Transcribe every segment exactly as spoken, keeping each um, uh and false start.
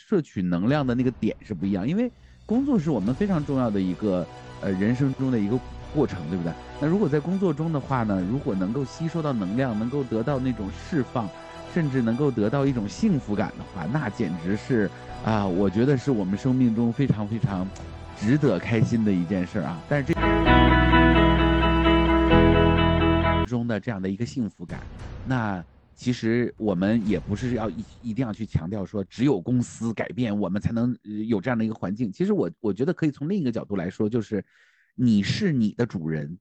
摄取能量的那个点是不一样。因为工作是我们非常重要的一个呃人生中的一个过程，对不对？那如果在工作中的话呢，如果能够吸收到能量，能够得到那种释放，甚至能够得到一种幸福感的话，那简直是啊，我觉得是我们生命中非常非常值得开心的一件事啊。但是这中的这样的一个幸福感，那其实我们也不是要一一定要去强调说只有公司改变我们才能有这样的一个环境。其实我我觉得可以从另一个角度来说，就是你是你的主人。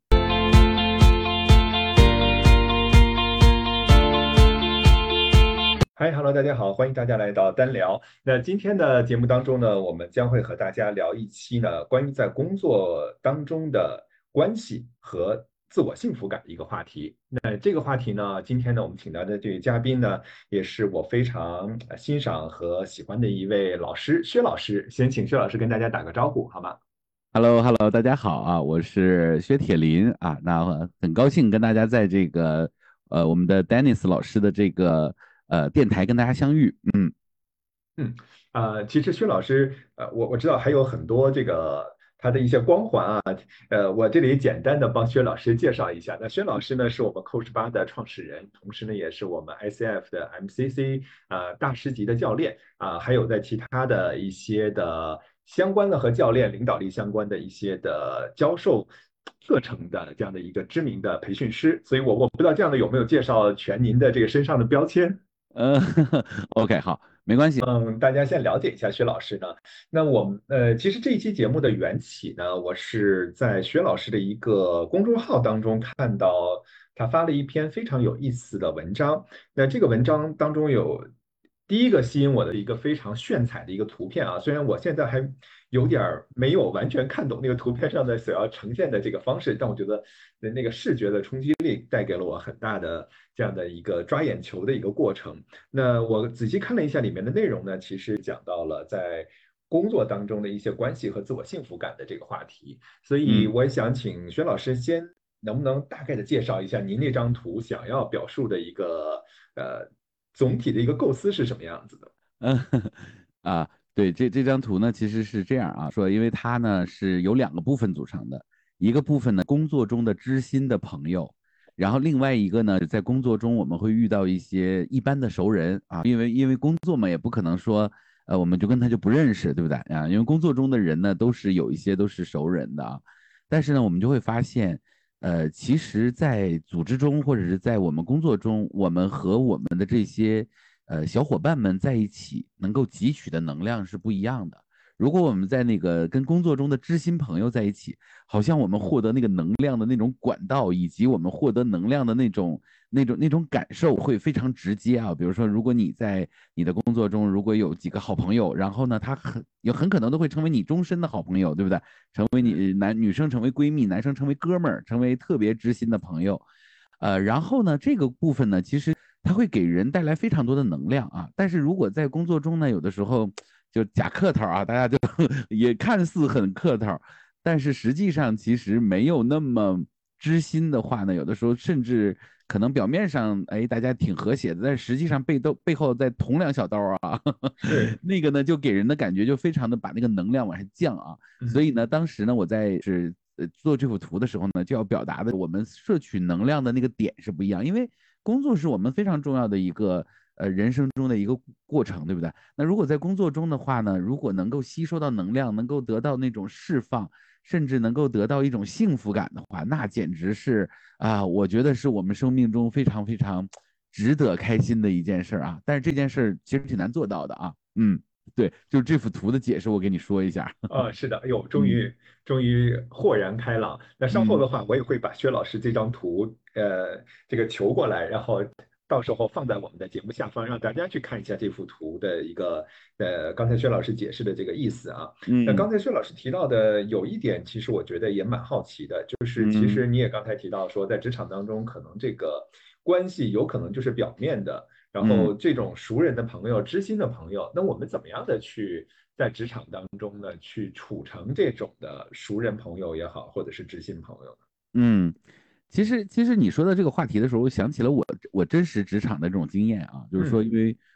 嗨，Hello，大家好，欢迎大家来到单聊。那今天的节目当中呢，我们将会和大家聊一期呢关于在工作当中的关系和自我幸福感的一个话题。那这个话题呢，今天呢我们请到的这位嘉宾呢，也是我非常呃欣赏和喜欢的一位老师，薛老师。先请薛老师跟大家打个招呼，好吗？ h e l l o h e l l o 大家好啊，我是薛铁林啊，那很高兴跟大家在这个呃我们的 Dennis 老师的这个呃电台跟大家相遇。嗯。 嗯，呃，其实薛老师，呃，我我知道还有很多这个他的一些光环啊，呃，我这里简单的帮薛老师介绍一下。那薛老师呢，是我们 Coach 八的创始人，同时呢，也是我们 I C F 的 M C C 呃大师级的教练啊、还有在其他的一些的相关的和教练领导力相关的一些的教授课程的这样的一个知名的培训师。所以我我不知道这样的有没有介绍全您的这个身上的标签。 呃，OK，好，没关系。 嗯，大家先了解一下薛老师呢。那我们呃，其实这一期节目的缘起呢，我是在薛老师的一个公众号当中看到他发了一篇非常有意思的文章。那这个文章当中有第一个吸引我的一个非常炫彩的一个图片啊，虽然我现在还有点儿没有完全看懂那个图片上的所要呈现的这个方式，但我觉得那那个视觉的冲击力带给了我很大的这样的一个抓眼球的一个过程。那我仔细看了一下里面的内容呢，其实讲到了在工作当中的一些关系和自我幸福感的这个话题，所以嗯。 我也想请薛老师先能不能大概的介绍一下您那张图想要表述的一个呃总体的一个构思是什么样子的？ 嗯啊，对，这这张图呢，其实是这样啊，说因为它呢是由两个部分组成的，一个部分呢工作中的知心的朋友，然后另外一个呢在工作中我们会遇到一些一般的熟人啊，因为因为工作嘛，也不可能说呃我们就跟他就不认识，对不对啊？因为工作中的人呢都是有一些都是熟人的啊，但是呢我们就会发现。呃，其实，在组织中或者是在我们工作中，我们和我们的这些呃小伙伴们在一起，能够汲取的能量是不一样的。如果我们在那个跟工作中的知心朋友在一起，好像我们获得那个能量的那种管道，以及我们获得能量的那种、那种、那种感受会非常直接啊。比如说，如果你在你的工作中如果有几个好朋友，然后呢，他很有很可能都会成为你终身的好朋友，对不对？成为你男女生成为闺蜜，男生成为哥们儿，成为特别知心的朋友。呃，然后呢，这个部分呢，其实它会给人带来非常多的能量啊。但是如果在工作中呢，有的时候就假客套啊，大家就也看似很客套，但是实际上其实没有那么知心的话呢，有的时候甚至可能表面上哎大家挺和谐的，但实际上背都背后在捅两小刀啊， 是， 那个呢就给人的感觉就非常的把那个能量往下降啊。所嗯。 以呢，当时呢我在是呃做这幅图的时候呢，就要表达的我们摄取能量的那个点是不一样，因为工作是我们非常重要的一个呃人生中的一个过程，对不对？那如果在工作中的话呢，如果能够吸收到能量，能够得到那种释放，甚至能够得到一种幸福感的话，那简直是啊，我觉得是我们生命中非常非常值得开心的一件事啊。但是这件事其实挺难做到的啊。嗯，对，就是这幅图的解释，我给你说一下。 呃，是的，哎呦，终嗯于终于豁然开朗。那稍后嗯。 的话，我也会把薛老师这张图，呃，这个求过来，然后到时候放在我们的节目下方，让大家去看一下这幅图的一个，呃，刚才薛老师解释的这个意思啊。那嗯刚才薛老师提到的有一点，其实我觉得也蛮好奇的，就是其嗯实你也刚才提到说，在职场当中，可能这个关系有可能就是表面的。然嗯。 后这种熟人的朋友、知心的朋友，那我们怎么样的去在职场当中呢，去处成这种的熟人朋友也好，或者是知心朋友呢？ 嗯，其实其实你说的这个话题的时候，我想起了我我真实职场的这种经验啊，就是说， 嗯因为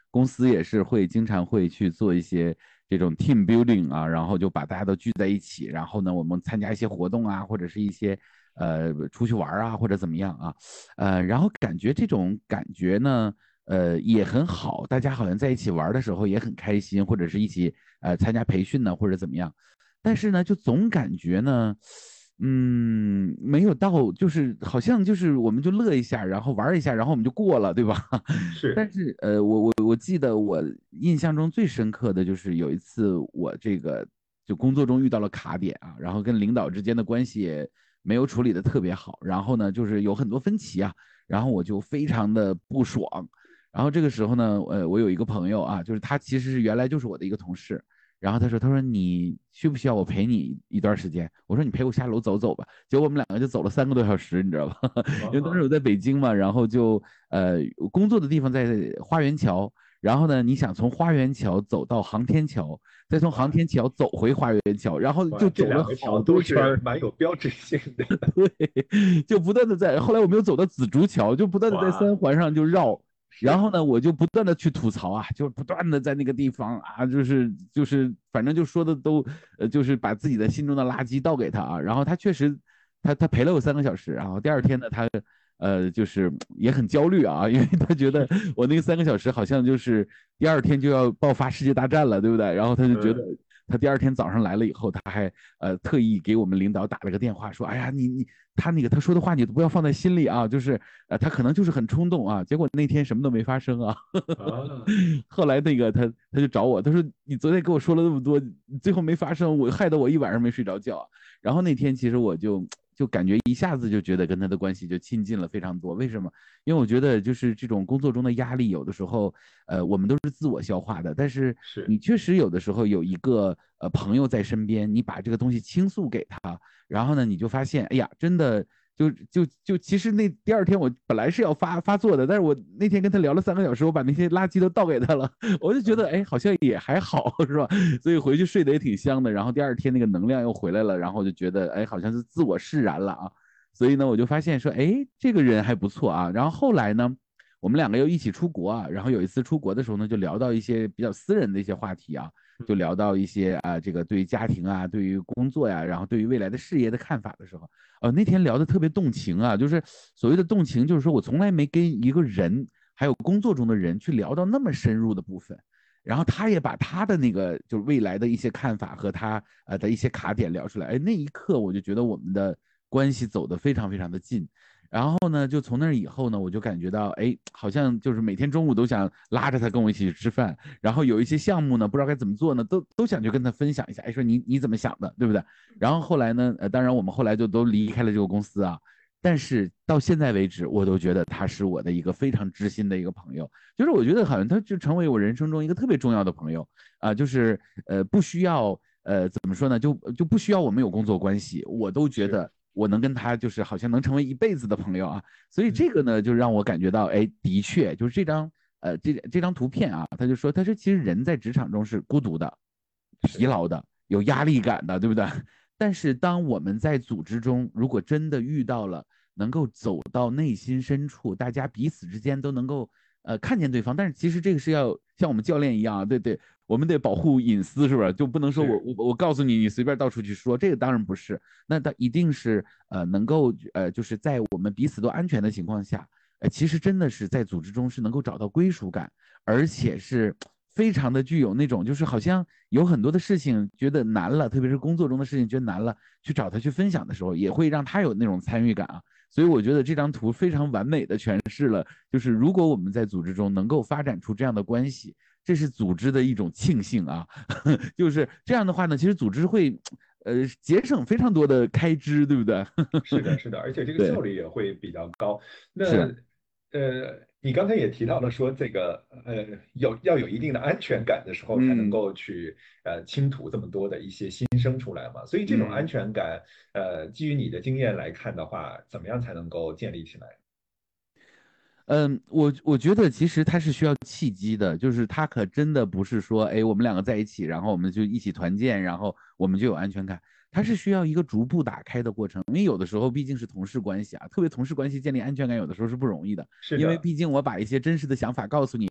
公司也是会经常会去做一些这种 team building 啊，然后就把大家都聚在一起，然后呢，我们参加一些活动啊，或者是一些呃出去玩啊，或者怎么样啊，呃，然后感觉这种感觉呢。呃，也很好，大家好像在一起玩的时候也很开心，或者是一起呃参加培训呢，或者怎么样。但是呢，就总感觉呢，嗯，没有到，就是好像就是我们就乐一下，然后玩一下，然后我们就过了，对吧？但是， 是呃，我我我记得我印象中最深刻的就是有一次我这个就工作中遇到了卡点啊，然后跟领导之间的关系也没有处理的特别好，然后呢就是有很多分歧啊，然后我就非常的不爽。然后这个时候呢，呃，我有一个朋友啊，就是他其实是原来就是我的一个同事，然后他说，他说你需不需要我陪你一段时间？我说你陪我下楼走走吧。结果我们两个就走了三个多小时，你知道吧？因为当时啊， 我在北京嘛，然后就呃工作的地方在花园桥，然后呢，你想从花园桥走到航天桥，再从航哇天桥走回花园桥，然后就哇，这走了两个桥好都多圈儿。 是蛮有标志性的。 对，就不断的在，后来我们又走到紫竹桥，就不断的在三哇， 环上就绕，然是后呢，我就不断的去吐槽啊，就不断的在那个地方啊，就是就是反正就说的都，呃，就是把自己的心中的垃圾倒给他啊，然后他确实，他他陪了我三个小时，然后第二天呢，他呃就是也很焦虑啊，因为他觉得我那个三个小时好像就是第二天就要爆发世界大战了，对不对？然后他就觉得。 嗯， 他第二天早上来了以后，他还呃特意给我们领导打了个电话，说：“哎呀，你你他那个他说的话你都不要放在心里啊，就是呃他可能就是很冲动啊。”结果那天什么都没发生啊。 啊， 后来那个他他就找我，他说：“你昨天跟我说了那么多，最后没发生，我害得我一晚上没睡着觉啊。”然后那天其实我就就感觉一下子就觉得跟他的关系就亲近了非常多。为什么？因为我觉得就是这种工作中的压力，有的时候呃我们都是自我消化的，但是是。 你确实有的时候有一个呃朋友在身边，你把这个东西倾诉给他，然后呢你就发现，哎呀，真的。就就就其实那第二天我本来是要发发作的，但是我那天跟他聊了三个小时，我把那些垃圾都倒给他了，我就觉得哎好像也还好是吧？所以回去睡得也挺香的，然后第二天那个能量又回来了，然后就觉得哎好像是自我释然了啊，所以呢我就发现说哎这个人还不错啊，然后后来呢我们两个又一起出国啊，然后有一次出国的时候呢就聊到一些比较私人的一些话题啊，就聊到一些啊这个对于家庭啊对于工作呀，然后对于未来的事业的看法的时候。呃，那天聊的特别动情啊，就是所谓的动情，就是说我从来没跟一个人，还有工作中的人去聊到那么深入的部分，然后他也把他的那个就是未来的一些看法和他呃的一些卡点聊出来，哎，那一刻我就觉得我们的关系走得非常非常的近，然后呢，就从那以后呢，我就感觉到，哎，好像就是每天中午都想拉着他跟我一起去吃饭，然后有一些项目呢，不知道该怎么做呢，都都想去跟他分享一下，哎，说你你怎么想的，对不对？然后后来呢，呃，当然我们后来就都离开了这个公司啊，但是到现在为止，我都觉得他是我的一个非常知心的一个朋友，就是我觉得好像他就成为我人生中一个特别重要的朋友啊、呃就是呃不需要呃怎么说呢，就就不需要我们有工作关系，我都觉是， 得我能跟他就是好像能成为一辈子的朋友啊，所以嗯， 这个呢就让我感觉到，哎，的确就是这张呃这这张图片啊，他就说他说其实人在职场中是孤独的、疲是， 劳的、有压力感的，对不对？但是当我们在组织中，如果真的遇到了能够走到内心深处，大家彼此之间都能够呃看见对方，但是其实这个是要像我们教练一样，对对，我们得保护隐私，是不是？就不能说我是， 我我告诉你，你随便到处去说，这个当然不是。那他一定是呃能够呃就是在我们彼此都安全的情况下，呃其实真的是在组织中是能够找到归属感，而且是非常的具有那种就是好像有很多的事情觉得难了，特别是工作中的事情觉得难了，去找他去分享的时候，也会让他有那种参与感啊。所以我觉得这张图非常完美的诠释了，就是如果我们在组织中能够发展出这样的关系，这是组织的一种庆幸啊。就是这样的话呢，其实组织会呃节省非常多的开支，对不对？ 是的，是的，而且这个对， 效率也会比较高。那是， 呃，你刚才也提到了说，这个呃，有要有一定的安全感的时候，才能嗯够去呃倾吐这么多的一些心声出来嘛。所以这种安嗯。 全感，呃，基于你的经验来看的话，怎么样才能够建立起来？ 嗯，我我觉得其实它是需要契机的，就是它可真的不是说，哎，我们两个在一起，然后我们就一起团建，然后我们就有安全感。它是需要一个逐步打开的过程，因为有的时候毕竟是同事关系啊，特别同事关系建立安全感有的时候是不容易的，因为是的， 毕竟我把一些真实的想法告诉你，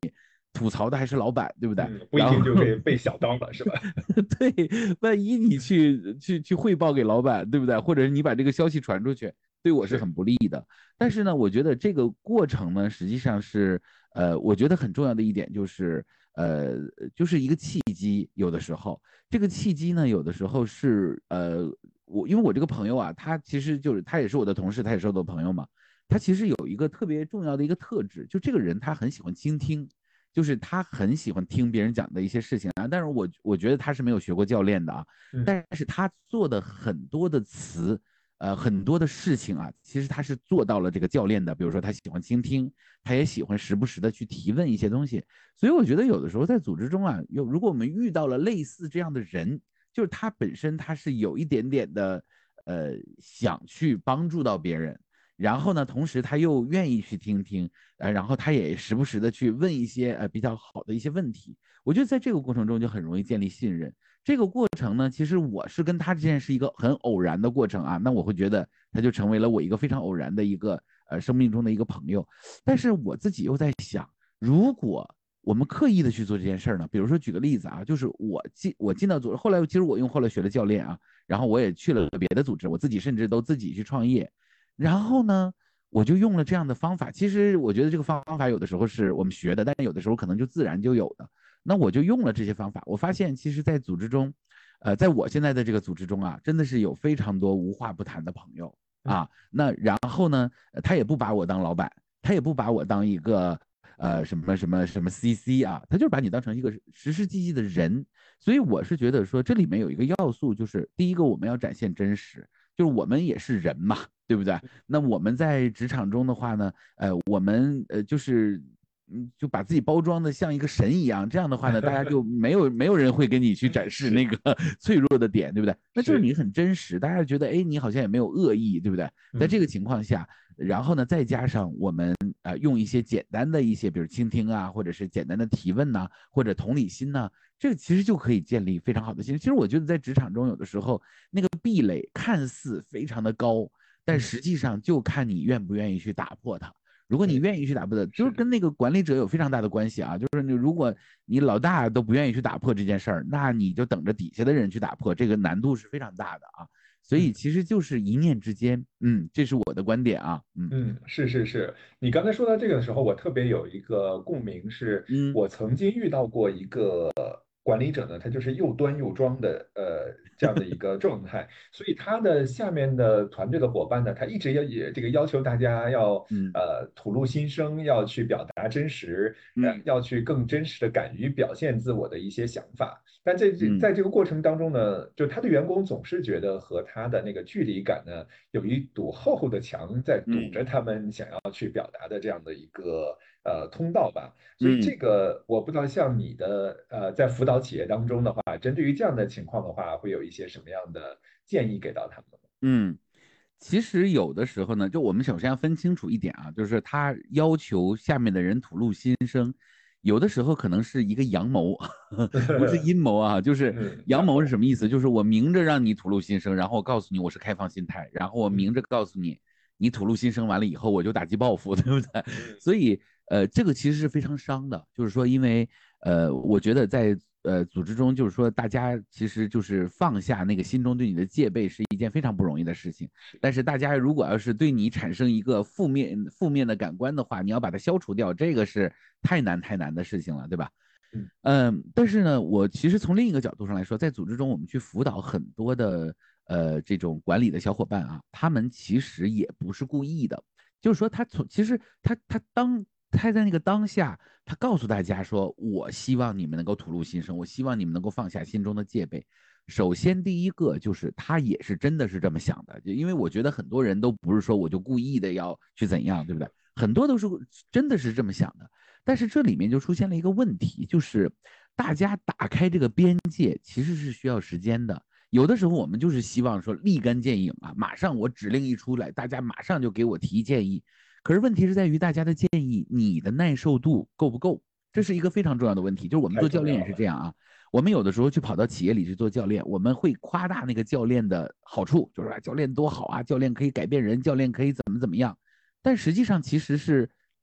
吐槽的还是老板，对不对？ 嗯，不一然后定就可以被小刀了，是吧？ 对，万一你去去去汇报给老板，对不对？或者是你把这个消息传出去，对我是是， 很不利的。但是呢，我觉得这个过程呢，实际上是，呃，我觉得很重要的一点就是，呃，就是一个契机。有的时候，这个契机呢，有的时候是，呃，我因为我这个朋友啊，他其实就是他也是我的同事，他也是我的朋友嘛。他其实有一个特别重要的一个特质，就这个人他很喜欢倾听。就是他很喜欢听别人讲的一些事情啊，但是我我觉得他是没有学过教练的啊， 嗯但是他做的很多的词，呃，很多的事情啊，其实他是做到了这个教练的。比如说他喜欢倾听，他也喜欢时不时的去提问一些东西。所以我觉得有的时候在组织中啊，有如果我们遇到了类似这样的人，就是他本身他是有一点点的呃想去帮助到别人。然后呢，同时他又愿意去听听，呃，然后他也时不时的去问一些呃比较好的一些问题。我觉得在这个过程中就很容易建立信任。这个过程呢，其实我是跟他之间是一个很偶然的过程啊，那我会觉得他就成为了我一个非常偶然的一个呃生命中的一个朋友。但是我自己又在想，如果我们刻意的去做这件事儿呢，比如说举个例子啊，就是我进我进到组织，后来其实我用后来学了教练啊，然后我也去了别的组织，我自己甚至都自己去创业。然后呢，我就用了这样的方法。其实我觉得这个方法有的时候是我们学的，但是有的时候可能就自然就有的。那我就用了这些方法，我发现其实，在组织中，呃，在我现在的这个组织中啊，真的是有非常多无话不谈的朋友嗯啊。那然后呢，他也不把我当老板，他也不把我当一个呃什么什么什么 C C 啊，他就是把你当成一个实实际际的人。所以我是觉得说，这里面有一个要素，就是第一个我们要展现真实，就是我们也是人嘛，对不对？那我们在职场中的话呢，呃，我们呃就是嗯就把自己包装的像一个神一样，这样的话呢，大家就没有没有人会跟你去展示那是个脆弱的点，对不对？那就是是， 你很真实，大家觉得哎，你好像也没有恶意，对不对？在嗯这个情况下，然后呢，再加上我们呃用一些简单的一些，比如倾听啊，或者是简单的提问呐、或者同理心呐、这个其实就可以建立非常好的信任。其实我觉得在职场中，有的时候那个壁垒看似非常的高，但嗯实际上就看你愿不愿意去打破它。如果你嗯， 愿意去打破它，就是是的。 跟那个管理者有非常大的关系啊。就是你如果你老大都不愿意去打破这件事儿，那你就等着底下的人去打破，这个难度是非常大的啊。所以嗯。 其实就是一念之间，嗯，这是我的观点啊，嗯嗯，是是是，你刚才说到这个的时候，我特别有一个共鸣，是嗯我曾经遇到过一个管理者呢，他就是又端又装的，呃，这样的一个状态，所以他的下面的团队的伙伴呢，他一直要也这个要求大家要嗯呃吐露心声，要去表达真实，呃， 嗯要去更真实的敢于表现自我的一些想法。但这这嗯在这个过程当中呢，就他的员工总是觉得和他的那个距离感呢。有一堵厚厚的墙在堵嗯着他们想要去表达的这样的一个呃通道吧。所以嗯这个我不知道，像你的呃在辅导企业当中的话，针对于这样的情况的话，会有一些什么样的建议给到他们？ 嗯。其实有的时候呢，就我们首先要分清楚一点啊，就是他要求下面的人吐露心声，有的时候可能是一个阳谋，不是阴谋啊。就是嗯， 阳谋是阳谋， 什么意思？就是我明着让你吐露心声，然后我告诉你我是开放心态，然后我嗯明着告诉你，你吐露心声完了以后我就打击报复，对不对？ 嗯所以呃，这个其实是非常伤的。就是说，因为呃，我觉得在呃组织中，就是说大家其实就是放下那个心中对你的戒备是一件非常不容易的事情。 是， 但是大家如果要是对你产生一个负面负面的感官的话，你要把它消除掉，这个是太难太难的事情了，对吧？ 嗯嗯，但是呢，我其实从另一个角度上来说，在组织中我们去辅导很多的呃这种管理的小伙伴啊，他们其实也不是故意的。就是说他从其实他他当他在那个当下，他告诉大家说，我希望你们能够吐露心声，我希望你们能够放下心中的戒备。首先，第一个就是他也是真的是这么想的，就因为我觉得很多人都不是说我就故意的要去怎样，对不对？很多都是真的是这么想的。但是这里面就出现了一个问题，就是大家打开这个边界其实是需要时间的。有的时候我们就是希望说立竿见影啊，马上我指令一出来，大家马上就给我提建议。可是问题是在于大家的建议，你的耐受度够不够？这是一个非常重要的问题。就是我们太做教练重要了。 也是这样啊，我们有的时候去跑到企业里去做教练，我们会夸大那个教练的好处，就是教练多好啊，教练可以改变人，教练可以怎么怎么样。但实际上其实是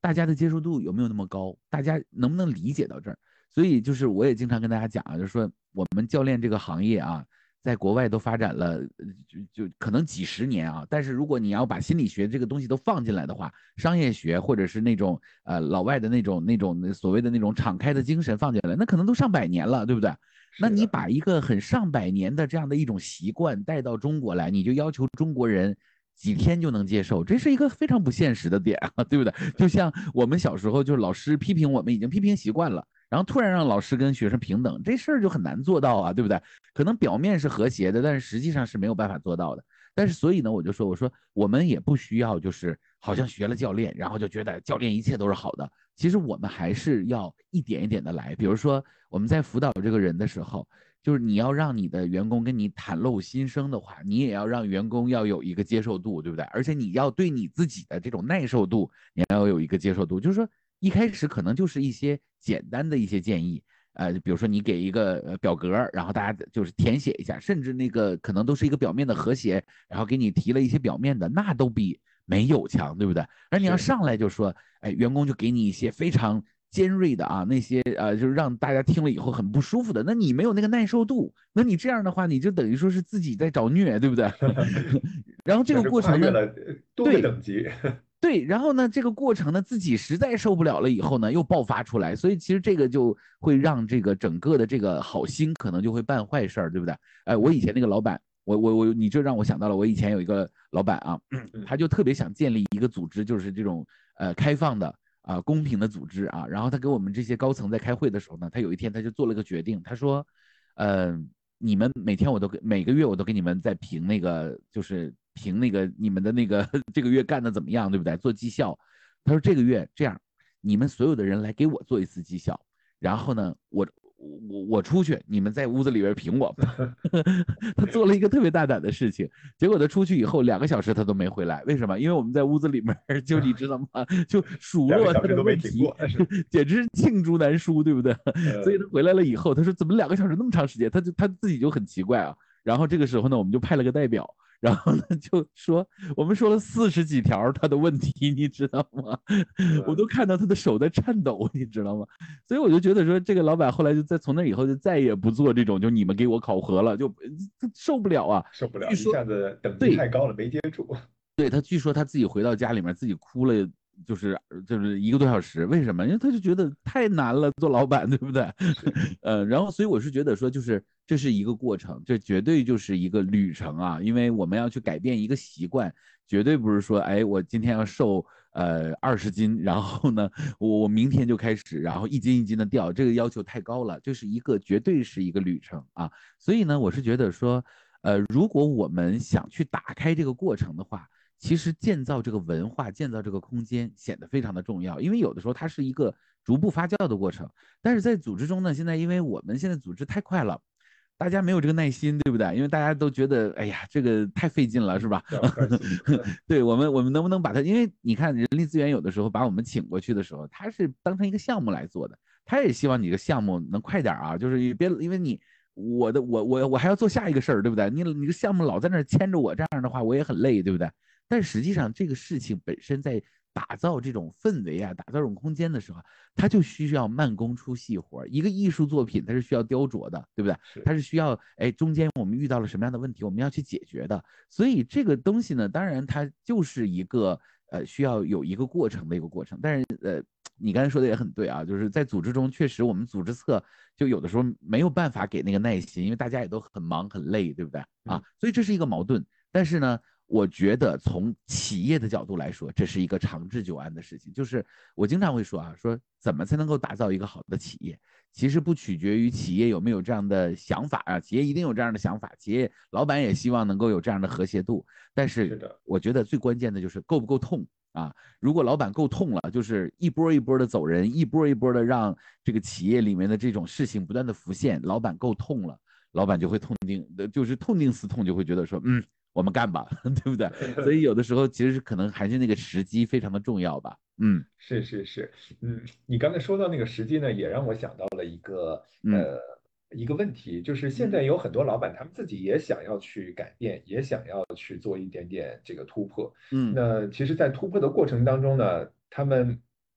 大家的接受度有没有那么高，大家能不能理解到这儿？所以就是我也经常跟大家讲啊，就是说我们教练这个行业啊，在国外都发展了就就可能几十年啊，但是如果你要把心理学这个东西都放进来的话，商业学或者是那种呃老外的那种那种所谓的那种敞开的精神放进来，那可能都上百年了，对不对？那你是的， 把一个很上百年的这样的一种习惯带到中国来，你就要求中国人几天就能接受，这是一个非常不现实的点啊，对不对？就像我们小时候，就是老师批评我们已经批评习惯了，然后突然让老师跟学生平等，这事儿就很难做到啊，对不对？可能表面是和谐的，但是实际上是没有办法做到的。但是所以呢，我就说，我说我们也不需要就是好像学了教练，然后就觉得教练一切都是好的。其实我们还是要一点一点的来。比如说我们在辅导这个人的时候，就是你要让你的员工跟你袒露心声的话，你也要让员工要有一个接受度，对不对？而且你要对你自己的这种耐受度，你要有一个接受度。就是说一开始可能就是一些简单的一些建议，呃，比如说你给一个呃表格，然后大家就是填写一下，甚至那个可能都是一个表面的和谐，然后给你提了一些表面的，那都比没有强，对不对？而你要是。 上来就说，哎，员工就给你一些非常尖锐的啊，那些呃，就是让大家听了以后很不舒服的，那你没有那个耐受度，那你这样的话，你就等于说是自己在找虐，对不对？然后这个那是过程呢， 跨越了呃多个对， 等级。 对，然后呢，这个过程呢，自己实在受不了了以后呢，又爆发出来，所以其实这个就会让这个整个的这个好心可能就会办坏事儿，对不对？哎，我以前那个老板，我我我，你这让我想到了，我以前有一个老板啊， 嗯他就特别想建立一个组织，就是这种呃开放的啊、呃公平的组织啊。然后他给我们这些高层在开会的时候呢，他有一天他就做了个决定，他说，呃，你们每天我都给每个月我都给你们在评那个，就是评那个你们的那个这个月干的怎么样，对不对？做绩效。他说这个月这样，你们所有的人来给我做一次绩效，然后呢，我我我出去，你们在屋子里边评我。他做了一个特别大胆的事情，结果他出去以后两个小时他都没回来，为什么？因为我们在屋子里面就你知道吗？就数落他的两个小时都没问题， 停过，是。 简直是罄竹难书，对不对？所以呃， 他回来了以后，他说怎么两个小时那么长时间？他就他自己就很奇怪啊。然后这个时候呢，我们就派了个代表，然后呢就说我们说了四十几条他的问题，你知道吗？我都呃， 看到他的手在颤抖，你知道吗？所以我就觉得说，这个老板后来就在从那以后就再也不做这种，就你们给我考核了，就受不了啊。 受不了，一据说下子等级对， 太高了，没接住。 对，他据说他自己回到家里面自己哭了，就是就是一个多小时。为什么？因为他就觉得太难了，做老板，对不对？ 是。 呃，然后所以我是觉得说，就是这是一个过程，这绝对就是一个旅程啊，因为我们要去改变一个习惯，绝对不是说，哎，我今天要瘦呃二十斤，然后呢，我我明天就开始，然后一斤一斤的掉，这个要求太高了，这是一个绝对是一个旅程啊。所以呢，我是觉得说，呃，如果我们想去打开这个过程的话，其实建造这个文化、建造这个空间显得非常的重要，因为有的时候它是一个逐步发酵的过程。但是在组织中呢，现在因为我们现在组织太快了，大家没有这个耐心，对不对？因为大家都觉得，哎呀，这个太费劲了，是吧？ 要快速。 对我们，我们能不能把它？因为你看，人力资源有的时候把我们请过去的时候，他是当成一个项目来做的，他也希望你这个项目能快点啊，就是别因为你。我的我我我还要做下一个事儿，对不对？你你个项目老在那牵着我，这样的话我也很累，对不对？但实际上，这个事情本身在打造这种氛围啊，打造这种空间的时候，它就需要慢工出细活。一个艺术作品，它是需要雕琢的，对不对？ 是。 它是需要，哎，中间我们遇到了什么样的问题，我们要去解决的。所以这个东西呢，当然它就是一个呃需要有一个过程的一个过程。但是呃，你刚才说的也很对啊，就是在组织中，确实我们组织侧就有的时候没有办法给那个耐心，因为大家也都很忙很累，对不对啊？ 嗯。 所以这是一个矛盾。但是呢，我觉得从企业的角度来说，这是一个长治久安的事情。就是我经常会说啊，说怎么才能够打造一个好的企业，其实不取决于企业有没有这样的想法啊，企业一定有这样的想法，企业老板也希望能够有这样的和谐度。但是是的。 我觉得最关键的就是够不够痛啊！如果老板够痛了，就是一波一波的走人，一波一波的让这个企业里面的这种事情不断的浮现，老板够痛了，老板就会痛定，就是痛定思痛，就会觉得说，嗯，我们干吧，对不对？所以有的时候其实可能还是那个时机非常的重要吧。嗯是是是。嗯，你刚才说到那个时机呢，也让我想到了一个嗯呃一个问题，就是现嗯在有很多老板他们自己也想要去改变，也想要去做一点点这个突破。 嗯那其实，在突破的过程当中呢，他们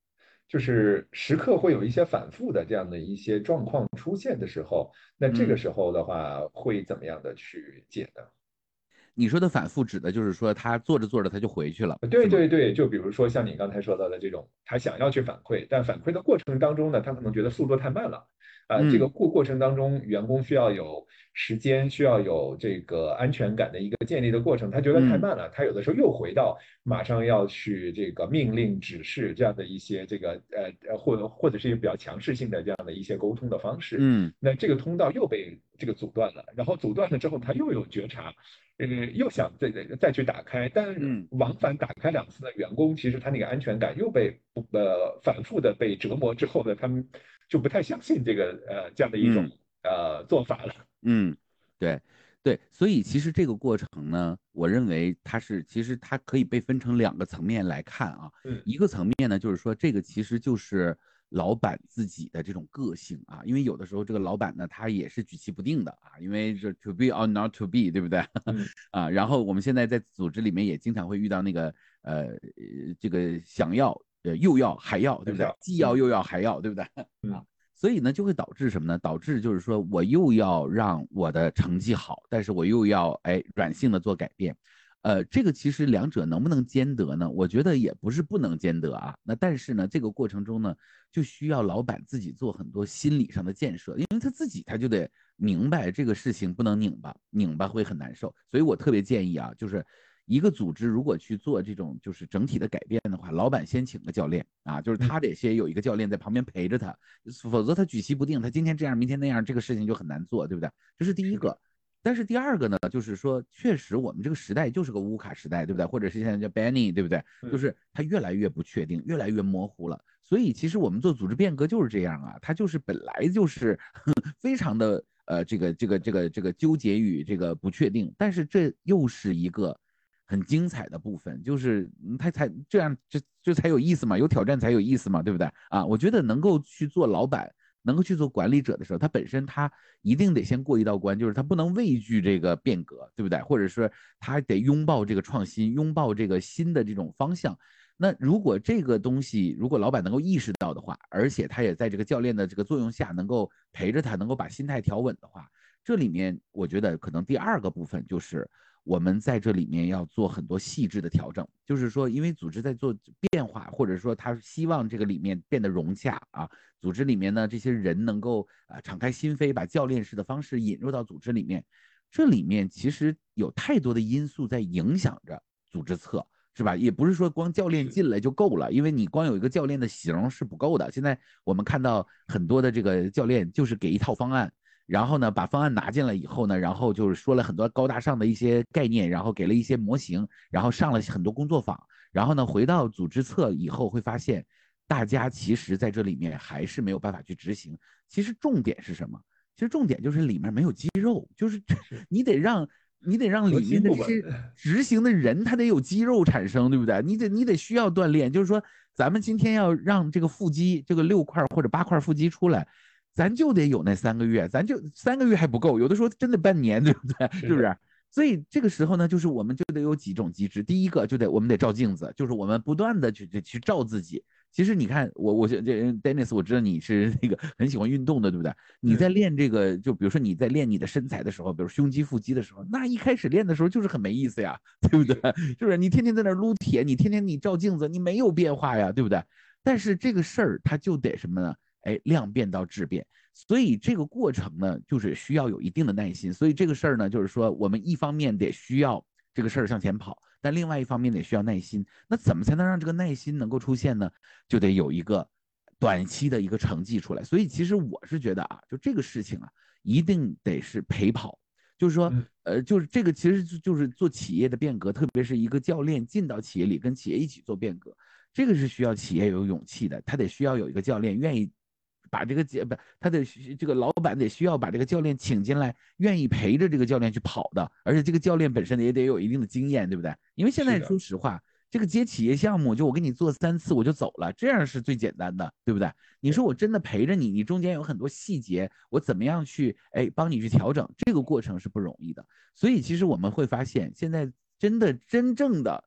就是时刻会有一些反复的这样的一些状况出现的时候，那这个嗯。 时候的话会怎么样的去解呢？ 你说的反复指的就是说他做着做着他就回去了，是吗？ 对对对，就比如说像你刚才说到的这种，他想要去反馈，但反馈的过程当中呢，他可能觉得速度太慢了。啊、这个嗯过过程当中，员工需要有时间，需要有这个安全感的一个建立的过程，他觉得太嗯慢了，他有的时候又回到马上要去这个命令、指示这样的一些这个呃呃，或者或者是一个比较强势性的这样的一些沟通的方式， 嗯那这个通道又被这个阻断了，然后阻断了之后，他又有觉察。呃，又想再再再去打开，但嗯往返打开两次的员工，其实他那个安全感又被不呃反复的被折磨之后呢，他们就不太相信这个呃这样的一种嗯呃做法了。 嗯，对对，所以其实这个过程呢，我认为它是其实它可以被分成两个层面来看啊。 嗯一个层面呢，就是说这个其实就是老板自己的这种个性啊，因为有的时候这个老板呢，他也是举棋不定的啊，因为这 to be or not to be，对不对？ 嗯， 啊，然后我们现在在组织里面也经常会遇到那个呃呃这个想要呃又要还要，对不对？ 很小，嗯既要又要还要，对不对？啊。 嗯所以呢，就会导致什么呢？导致就是说我又要让我的成绩好，但是我又要哎软性的做改变，呃，这个其实两者能不能兼得呢？我觉得也不是不能兼得啊。那但是呢，这个过程中呢，就需要老板自己做很多心理上的建设，因为他自己他就得明白这个事情不能拧巴，拧巴会很难受。所以我特别建议啊，就是一个组织如果去做这种就是整体的改变的话，老板先请个教练啊，就是嗯， 他得先有一个教练在旁边陪着他，否则他举棋不定，他今天这样，明天那样，这个事情就很难做，对不对？这是第一是的， 个。但是第二个呢，就是说，确实我们这个时代就是个乌卡时代，对不对？或者是现在叫 Benny，对不对？就嗯是它越来越不确定，越来越模糊了。所以其实我们做组织变革就是这样啊，它就是本来就是非常的呃这个这个这个这个纠结于这个不确定，但是这又是一个很精彩的部分，就是它才这样这这才有意思嘛，有挑战才有意思嘛，对不对啊？我觉得能够去做老板。能够去做管理者的时候，他本身他一定得先过一道关，就是他不能畏惧这个变革，对不对？或者说他得拥抱这个创新，拥抱这个新的这种方向。那如果这个东西，如果老板能够意识到的话，而且他也在这个教练的这个作用下，能够陪着他，能够把心态调稳的话，这里面我觉得可能第二个部分就是我们在这里面要做很多细致的调整，就是说，因为组织在做变化，或者说他希望这个里面变得融洽啊，组织里面呢这些人能够啊敞开心扉，把教练式的方式引入到组织里面，这里面其实有太多的因素在影响着组织策。是吧？也不是说光教练是， 进来就够了，因为你光有一个教练的型是不够的。现在我们看到很多的这个教练就是给一套方案，然后呢，把方案拿进来以后呢，然后就是说了很多高大上的一些概念，然后给了一些模型，然后上了很多工作坊，然后呢，回到组织侧以后会发现，大家其实在这里面还是没有办法去执行。其实重点是什么？其实重点就是里面没有肌肉，就是是你得让你得让核里面心不稳。 的这些执行的人他得有肌肉产生，对不对？你得你得需要锻炼，就是说咱们今天要让这个腹肌这个六块或者八块腹肌出来，咱就得有那三个月，咱就三个月还不够，有的时候真的半年，对不对？ 是的， 是不是？所以这个时候呢，就是我们就得有几种机制。第一个就得我们得照镜子，就是我们不断的去去照自己。其实你看，我我这 Dennis，我知道你是那个很喜欢运动的，对不对？你在嗯练这个，就比如说你在练你的身材的时候，比如胸肌、腹肌的时候，那一开始练的时候就是很没意思呀，对不对？ 是是不是？你天天在那撸铁，你天天你照镜子，你没有变化呀，对不对？但是这个事儿它就得什么呢？哎，量变到质变。所以这个过程呢，就是需要有一定的耐心。所以这个事儿呢，就是说我们一方面得需要这个事儿向前跑，但另外一方面得需要耐心。那怎么才能让这个耐心能够出现呢？就得有一个短期的一个成绩出来。所以其实我是觉得啊，就这个事情啊，一定得是陪跑。就是说， 嗯呃，就是这个其实就是做企业的变革，特别是一个教练进到企业里跟企业一起做变革，这个是需要企业有勇气的，他得需要有一个教练愿意把这个不，他得这个老板得需要把这个教练请进来，愿意陪着这个教练去跑的，而且这个教练本身也得有一定的经验，对不对？因为现在是的， 说实话，这个接企业项目，就我给你做三次我就走了，这样是最简单的，对不对？你说对， 我真的陪着你，你中间有很多细节，我怎么样去哎帮你去调整，这个过程是不容易的。所以其实我们会发现，现在真的真正的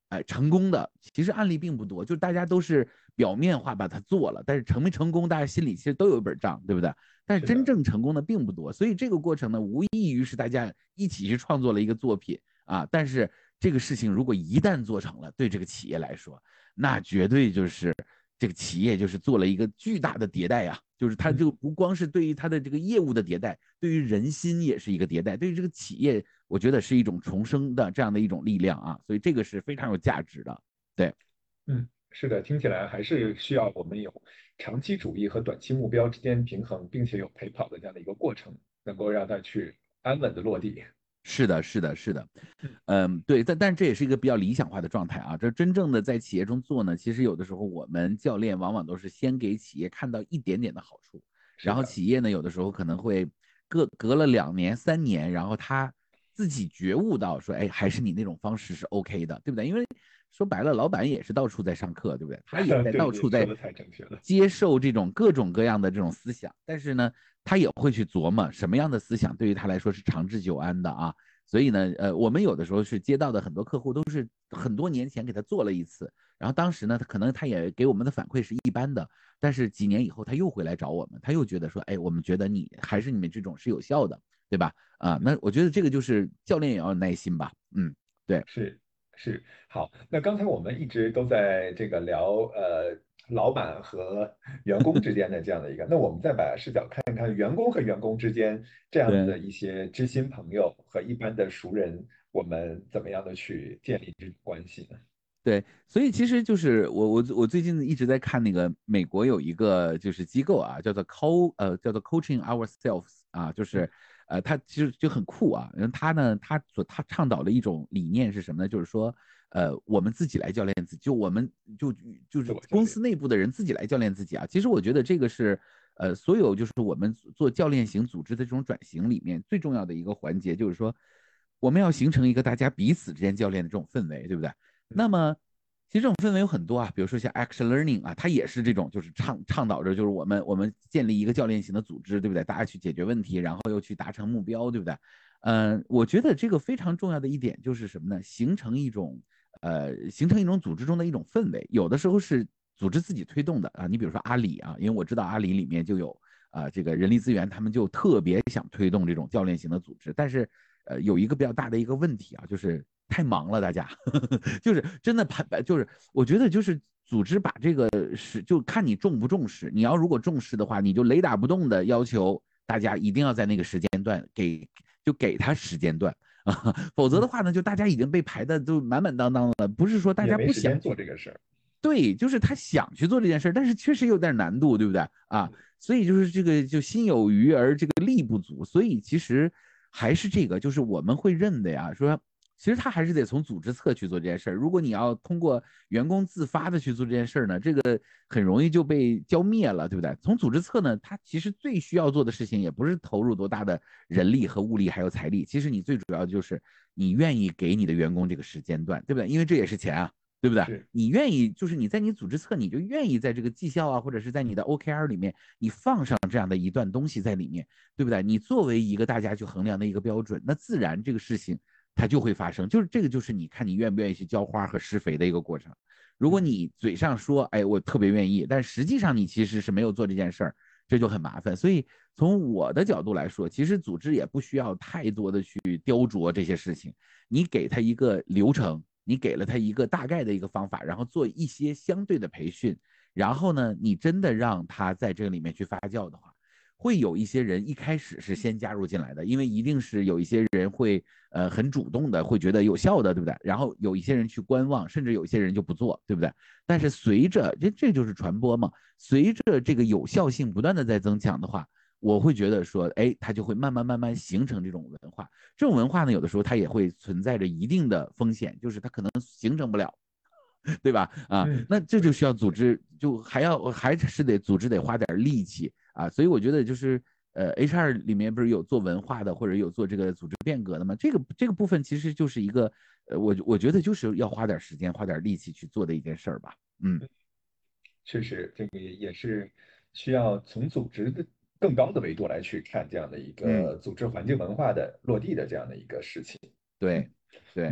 哎，成功的其实案例并不多，就是大家都是表面化把它做了，但是成没成功，大家心里其实都有一本账，对不对？但是真是的， 正成功的并不多，所以这个过程呢，无异于是大家一起去创作了一个作品啊。但是这个事情如果一旦做成了，对这个企业来说，那绝对就是这个企业就是做了一个巨大的迭代呀、啊，就是它就不光是对于它的这个业务的迭代，对于人心也是一个迭代，对于这个企业，我觉得是一种重生的这样的一种力量啊，所以这个是非常有价值的。对， 嗯，是的，听起来还是需要我们有长期主义和短期目标之间平衡，并且有陪跑的这样的一个过程，能够让它去安稳的落地。 是的，是的，是的， 嗯， 嗯，对，但但这也是一个比较理想化的状态啊。这真正的在企业中做呢，其实有的时候我们教练往往都是先给企业看到一点点的好处，然后是的， 企业呢有的时候可能会隔隔了两年三年，然后他自己觉悟到说，哎，还是你那种方式是 OK 的，对不对？因为说白了，老板也是到处在上课，对不对？他也在对对， 到处在说的太正确了。 接受这种各种各样的这种思想，但是呢，他也会去琢磨什么样的思想对于他来说是长治久安的啊。所以呢，呃，我们有的时候是接到的很多客户都是很多年前给他做了一次，然后当时呢，他可能他也给我们的反馈是一般的，但是几年以后他又回来找我们，他又觉得说，哎，我们觉得你还是你们这种是有效的，对吧？啊，那我觉得这个就是教练也要有耐心吧，嗯，对是是，好，那刚才我们一直都在这个聊呃老板和员工之间的这样的一个，那我们再把视角看一看员工和员工之间这样对。 的一些知心朋友和一般的熟人，我们怎么样的去建立这种关系呢？ 对，所以其实就是我我我最近一直在看那个美国有一个就是机构啊，叫做 Co 呃叫做 Coaching Ourselves 啊，就是呃他其实就很酷啊，因为他呢他所他倡导的一种理念是什么呢？就是说呃我们自己来教练自己，就我们就就是自我教练。 公司内部的人自己来教练自己啊。其实我觉得这个是呃所有就是我们做教练型组织的这种转型里面最重要的一个环节，就是说我们要形成一个大家彼此之间教练的这种氛围，对不对？那么，其实这种氛围有很多啊，比如说像 Action Learning 啊，它也是这种，就是倡倡导着，就是我们我们建立一个教练型的组织，对不对？大家去解决问题，然后又去达成目标，对不对？嗯、呃，我觉得这个非常重要的一点就是什么呢？形成一种呃，形成一种组织中的一种氛围，有的时候是组织自己推动的啊。你比如说阿里啊，因为我知道阿里里面就有啊、呃、这个人力资源，他们就特别想推动这种教练型的组织，但是呃有一个比较大的一个问题啊，就是太忙了，大家就是真的排，就是我觉得就是组织把这个是就看你重不重视。你要如果重视的话，你就雷打不动的要求大家一定要在那个时间段给就给他时间段啊，否则的嗯， 话呢，就大家已经被排的都满满当当了。不是说大也家没时间做不想去， 这个事儿。 对，就是他想去做这件事，但是确实有点难度，对不对啊？所以就是这个就心有余而这个力不足，所以其实还是这个，就是我们会认的呀，说其实他还是得从组织侧去做这件事儿。如果你要通过员工自发的去做这件事儿呢，这个很容易就被浇灭了，对不对？从组织侧呢，他其实最需要做的事情也不是投入多大的人力和物力还有财力，其实你最主要的就是你愿意给你的员工这个时间段，对不对？因为这也是钱啊。对不对？ 是， 你愿意，就是你在你组织侧，你就愿意在这个绩效啊，或者是在你的 O K R 里面，你放上这样的一段东西在里面，对不对？你作为一个大家去衡量的一个标准，那自然这个事情它就会发生。就是这个，就是你看你愿不愿意去浇花和施肥的一个过程。如果嗯， 你嘴上说，哎，我特别愿意，但实际上你其实是没有做这件事儿，这就很麻烦。所以从我的角度来说，其实组织也不需要太多的去雕琢这些事情，你给他一个流程。你给了他一个大概的一个方法，然后做一些相对的培训，然后呢，你真的让他在这个里面去发酵的话，会有一些人一开始是先加入进来的，因为一定是有一些人会呃很主动的，会觉得有效的，对不对？然后有一些人去观望，甚至有一些人就不做，对不对？但是随着这这就是传播嘛，随着这个有效性不断的在增强的话，我会觉得说，哎，它就会慢慢慢慢形成这种文化。这种文化呢，有的时候它也会存在着一定的风险，就是它可能形成不了，对吧？啊， 嗯， 那这就对需要组对， 织，就还要还是得组织得花点力气啊。所以我觉得就是呃，H R 里面不是有做文化的，或者有做这个组织变革的吗？这个这个部分其实就是一个呃，我我觉得就是要花点时间、花点力气去做的一件事儿吧。嗯， 确实，这个也也是需要从组织的更高的维度来去看这样的一嗯， 个组织环境文化的落地的这样的一个事情。嗯对对。 嗯。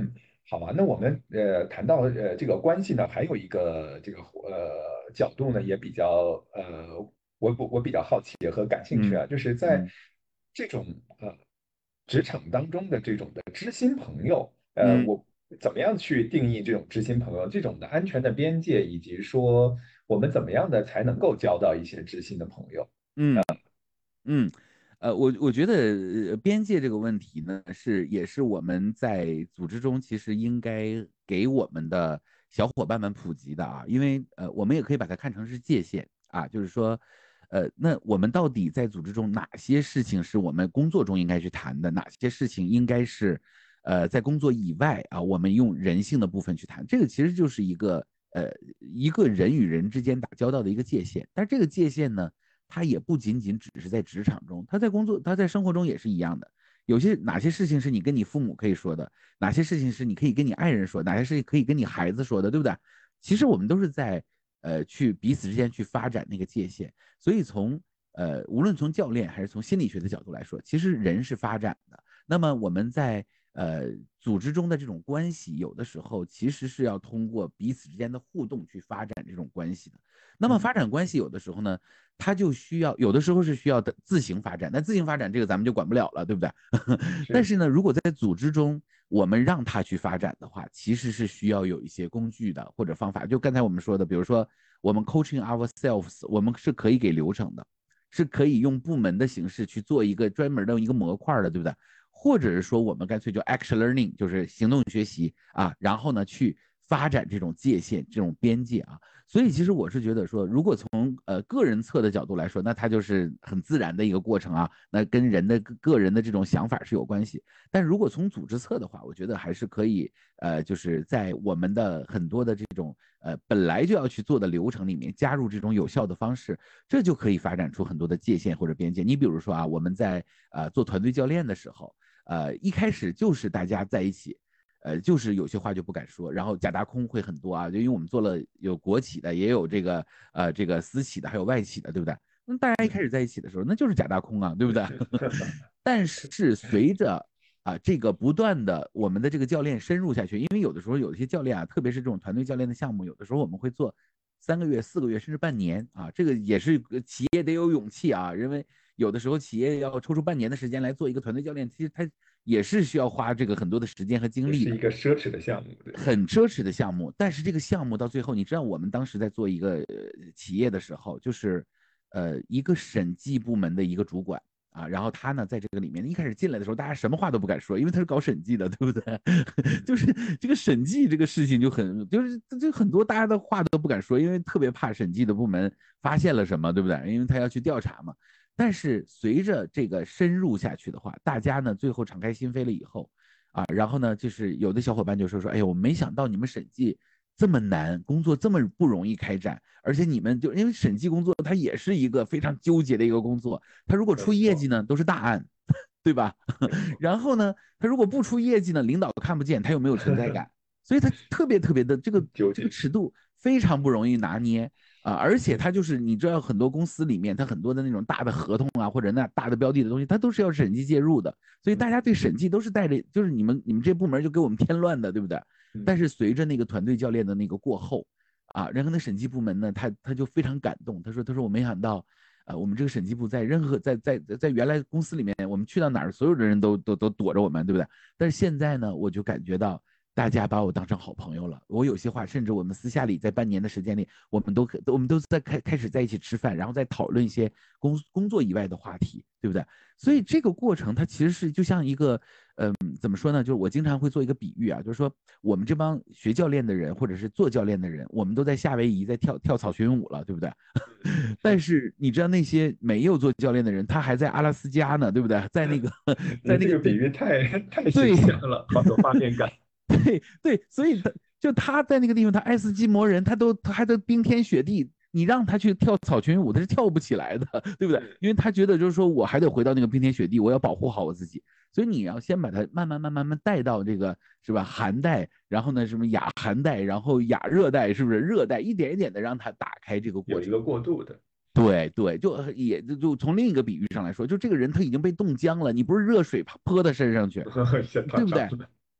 好吧，那我们呃谈到呃这个关系呢，还有一个这个呃角度呢，也比较呃我我我比较好奇和感兴趣嗯啊，就是在嗯这种呃职场当中的这种的知心朋友，呃， 嗯我怎么样去定义这种知心朋友，这种的安全的边界，以及说我们怎么样的才能够交到一些知心的朋友？ 嗯嗯，呃，我我觉得呃边界这个问题呢，是也是我们在组织中其实应该给我们的小伙伴们普及的啊，因为呃，我们也可以把它看成是界限啊，就是说，呃，那我们到底在组织中哪些事情是我们工作中应该去谈的，哪些事情应该是呃在工作以外啊，我们用人性的部分去谈，这个其实就是一个呃一个人与人之间打交道的一个界限，但是这个界限呢。它也不仅仅只是在职场中，他在工作，他在生活中也是一样的。有些哪些事情是你跟你父母可以说的，哪些事情是你可以跟你爱人说，哪些事情可以跟你孩子说的，对不对？其实我们都是在呃去彼此之间去发展那个界限。所以从呃无论从教练还是从心理学的角度来说，其实人是发展的。那么我们在呃组织中的这种关系，有的时候其实是要通过彼此之间的互动去发展这种关系的。那么嗯， 发展关系有的时候呢，它就需要有的时候是需要的自行发展，但自行发展这个咱们就管不了了，对不对？但是是呢，如果在组织中我们让它去发展的话，其实是需要有一些工具的或者方法。就刚才我们说的，比如说我们 coaching ourselves，我们是可以给流程的，是可以用部门的形式去做一个专门的一个模块的，对不对？或者是说我们干脆就 action learning，就是行动学习啊，然后呢去发展这种界限、这种边界啊。所以其实我是觉得说，如果从呃个人侧的角度来说，那它就是很自然的一个过程啊，那跟人的个人的这种想法是有关系。但如果从组织侧的话，我觉得还是可以呃，就是在我们的很多的这种呃本来就要去做的流程里面加入这种有效的方式，这就可以发展出很多的界限或者边界。你比如说啊，我们在呃做团队教练的时候，呃一开始就是大家在一起。呃，就是有些话就不敢说，然后假大空会很多啊，就因为我们做了有国企的，也有这个呃这个私企的，还有外企的，对不对？那大家一开始在一起的时候，那就是假大空啊，对不对？但是随着啊这个不断的我们的这个教练深入下去，因为有的时候有一些教练啊，特别是这种团队教练的项目，有的时候我们会做三个月、四个月，甚至半年啊，这个也是企业得有勇气啊，因为有的时候企业要抽出半年的时间来做一个团队教练，其实他也是需要花这个很多的时间和精也是力的。 一个奢侈的项目，对。 很奢侈的项目，但是这个项目到最后，你知道我们当时在做一个呃企业的时候，就是呃一个审计部门的一个主管啊，然后他呢在这个里面一开始进来的时候，大家什么话都不敢说，因为他是搞审计的，对不对？就是这个审计这个事情就很就是就很多大家的话都不敢说，因为特别怕审计的部门发现了什么，对不对？因为他要去调查嘛。但是随着这个深入下去的话，大家呢最后敞开心扉了以后。啊，然后呢，就是有的小伙伴就说说，哎呀，我没想到你们审计这么难，工作这么不容易开展，而且你们就因为审计工作它也是一个非常纠结的一个工作，它如果出业绩没错， 呢，都是大案，对吧？ 没错， 然后呢，他如果不出业绩呢，领导看不见，他又没有存在感，所以他特别特别的这个这个纠结。 尺度非常不容易拿捏啊，而且他就是你知道很多公司里面，他很多的那种大的合同啊，或者那大的标的的东西，它都是要审计介入的，所以大家对审计都是带着，就是你们你们这部门就给我们添乱的，对不对？ 嗯， 但是随着那个团队教练的那个过后啊，然后那审计部门呢，他他就非常感动，他说他说我没想到。呃，我们这个审计部在任何在在在原来公司里面，我们去到哪儿，所有的人都都都躲着我们，对不对？但是现在呢，我就感觉到大家把我当成好朋友了。我有些话，甚至我们私下里在半年的时间里，我们都我们都在开开始在一起吃饭，然后再讨论一些工工作以外的话题，对不对？所以这个过程它其实是就像一个，嗯、呃，怎么说呢？就是我经常会做一个比喻啊，就是说我们这帮学教练的人或者是做教练的人，我们都在夏威夷在跳跳草裙舞了，对不对？但是你知道那些没有做教练的人，他还在阿拉斯加呢，对不对？在那个，在你这个比那个在喻太太形对象了，好有画面感。 对对，所以他就他在那个地方，他爱斯基摩人，他都他还在冰天雪地，你让他去跳草裙舞，他是跳不起来的，对不对？ 是因为他觉得就是说我还得回到那个冰天雪地，我要保护好我自己，所以你要先把他慢慢慢慢慢带到这个是吧寒带，然后呢什么亚寒带，然后亚热带，是不是热带，一点一点的让他打开这个过程。 有一个过渡的。 对对，就也就就从另一个比喻上来说，就这个人他已经被冻僵了，你不是热水泼他身上去， 先烫对不对？ 伤了。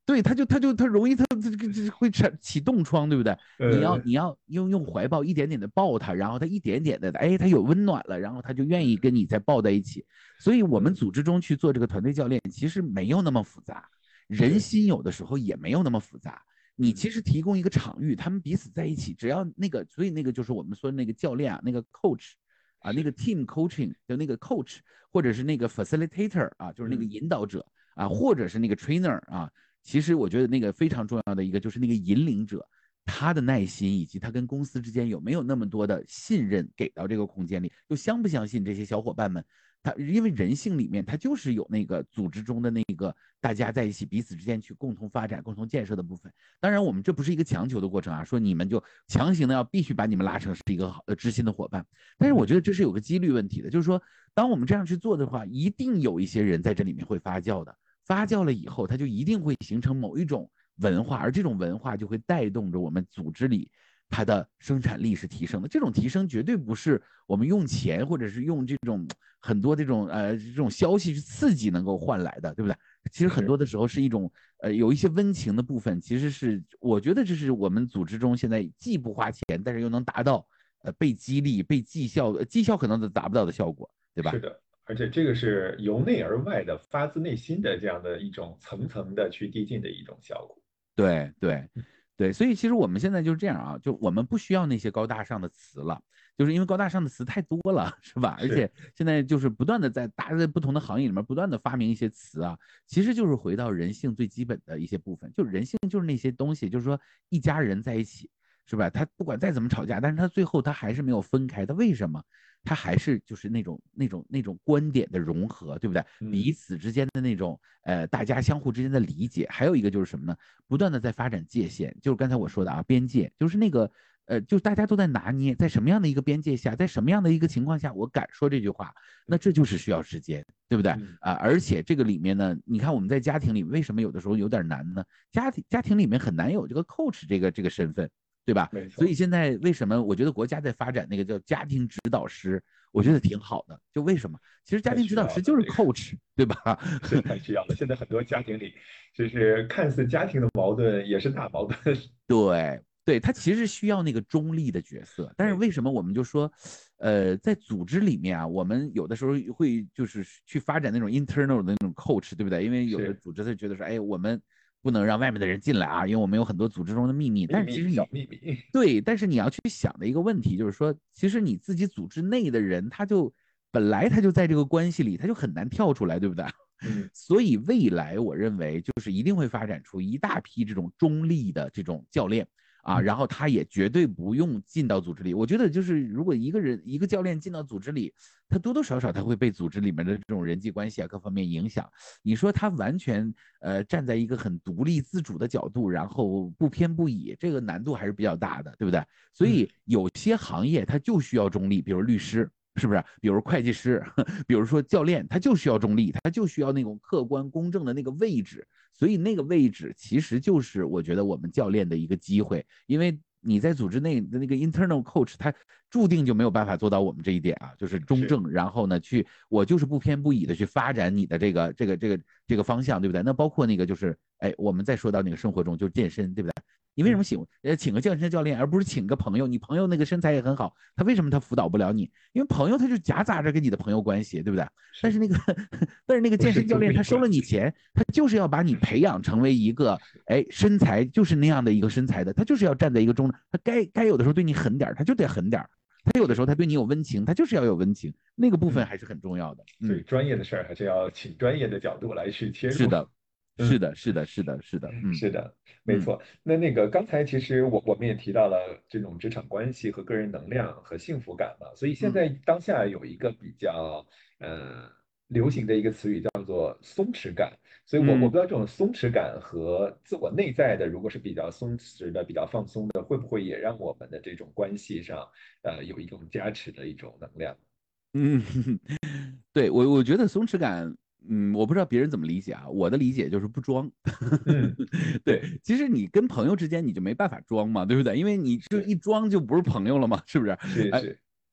对，他就他就他容易他这个这会产起冻疮，对不对？你要呃， 你要用用怀抱一点点的抱他，然后他一点点的，哎，他有温暖了，然后他就愿意跟你再抱在一起。所以我们嗯， 组织中去做这个团队教练，其实没有那么复杂，人是， 心有的时候也没有那么复杂。你嗯， 其实提供一个场域，他们彼此在一起，只要那个，所以那个就是我们说的那个教练啊，那个 coach 啊，那个是， team coaching 的那个 coach，或者是那个 facilitator 啊，就是那个嗯， 引导者啊，或者是那个 trainer 啊。其实我觉得那个非常重要的一个就是那个引领者，他的耐心以及他跟公司之间有没有那么多的信任给到这个空间里，就相不相信这些小伙伴们。他因为人性里面，他就是有那个组织中的那个大家在一起彼此之间去共同发展、共同建设的部分。当然，我们这不是一个强求的过程啊，说你们就强行的要必须把你们拉成是一个好呃知心的伙伴。但是我觉得这是有个几率问题的，就是说，当我们这样去做的话，一定有一些人在这里面会发酵的。发酵了以后，它就一定会形成某一种文化，而这种文化就会带动着我们组织里它的生产力是提升的。这种提升绝对不是我们用钱或者是用这种很多这种呃这种消息去刺激能够换来的，对不对？其实很是。 多的时候是一种呃有一些温情的部分，其实是我觉得这是我们组织中现在既不花钱，但是又能达到呃被激励、被绩效，呃绩效可能都达不到的效果，对吧？ 是的，而且这个是由内而外的、发自内心的这样的一种层层的去递进的一种效果。 对对对，所以其实我们现在就是这样啊，就我们不需要那些高大上的词了，就是因为高大上的词太多了，是吧？而且是， 现在就是不断的在大家在不同的行业里面不断的发明一些词啊，其实就是回到人性最基本的一些部分，就人性就是那些东西，就是说一家人在一起，是吧？他不管再怎么吵架，但是他最后他还是没有分开，他为什么？他还是就是那种那种那种观点的融合，对不对？ 嗯， 彼此之间的那种呃，大家相互之间的理解，还有一个就是什么呢？不断的在发展界限，就是刚才我说的啊，边界，就是那个呃，就大家都在拿捏，在什么样的一个边界下，在什么样的一个情况下，我敢说这句话，那这就是需要时间，对不对嗯， 啊？而且这个里面呢，你看我们在家庭里为什么有的时候有点难呢？家庭家庭里面很难有这个 coach 这个这个身份，对吧？ 没错。 所以现在为什么我觉得国家在发展那个叫家庭指导师，我觉得嗯， 挺好的。就为什么？其实家太庭指需要了， 导师就是这个 coach，对吧？ 是太需要了。现在很多家庭里，就是看似家庭的矛盾，也是大矛盾。 对对，他其实需要那个中立的角色，但是没错。 为什么我们就说，呃，在组织里面啊，我们有的时候会就是去发展那种 internal 的那种 coach，对不对？因为有的是组织他觉得说，哎，我们不能让外面的人进来啊，因为我们有很多组织中的秘密。但秘密， 是其实你小秘密。 对，但是你要去想的一个问题就是说，其实你自己组织内的人，他就本来他就在这个关系里，他就很难跳出来，对不对？ 嗯， 所以未来我认为就是一定会发展出一大批这种中立的这种教练啊，然嗯， 后他也绝对不用进到组织里。我觉得就是如果一个人一个教练进到组织里，他多多少少他会被组织里面的这种人际关系啊各方面影响。你说他完全呃站在一个很独立自主的角度，然后不偏不倚，这个难度还是比较大的，对不对？所嗯， 以有些行业它就需要中立，比如律师。是不是？比如会计师，比如说教练，他就需要中立，他就需要那种客观公正的那个位置，所以那个位置其实就是我觉得我们教练的一个机会，因为你在组织内的那个 internal coach，他注定就没有办法做到我们这一点啊，就是中是， 正，然后呢，去我就是不偏不倚的去发展你的这个这个这个这个方向，对不对？那包括那个就是，哎，我们再说到那个生活中就是健身，对不对？你为什么嗯， 请呃请个健身教练，而不是请个朋友？你朋友那个身材也很好，他为什么他辅导不了你？因为朋友他就夹杂着跟你的朋友关系，对不对？但是是， 那个但是那个健身教不是独练他收了你立关系。 钱，他就是要把你培养成为一个哎身材就是那样的一个身材的，他就是要站在一个中，他该该有的时候对你狠点他就得狠点他有的时是， 候他对你有温情，他就是要有温情，那个部分嗯， 还是很重要的。嗯， 所以专业的事儿还是要请专业的角度来去切入。 是的，是嗯。 的，是的，是的，是的，嗯是的，没嗯错。那那个刚才其实我我们也提到了这种职场关系和个人能量和幸福感嘛，所以现嗯在当下有一个比较呃流行的一个词语叫做松弛感。所以我我不嗯。 知道这种松弛感和自我内在的，如果是比较松弛的、比较放松的，会不会也让我们的这种关系上呃有一种加持的一种能量？ 嗯，对我我觉得松弛感，嗯，我不知道别人怎么理解啊，我的理解就是不装。 嗯， 对， 对， 其实你跟朋友之间你就没办法装嘛，对不对？因为你就是， 一装就不是朋友了嘛，是不是？哎， 是，是，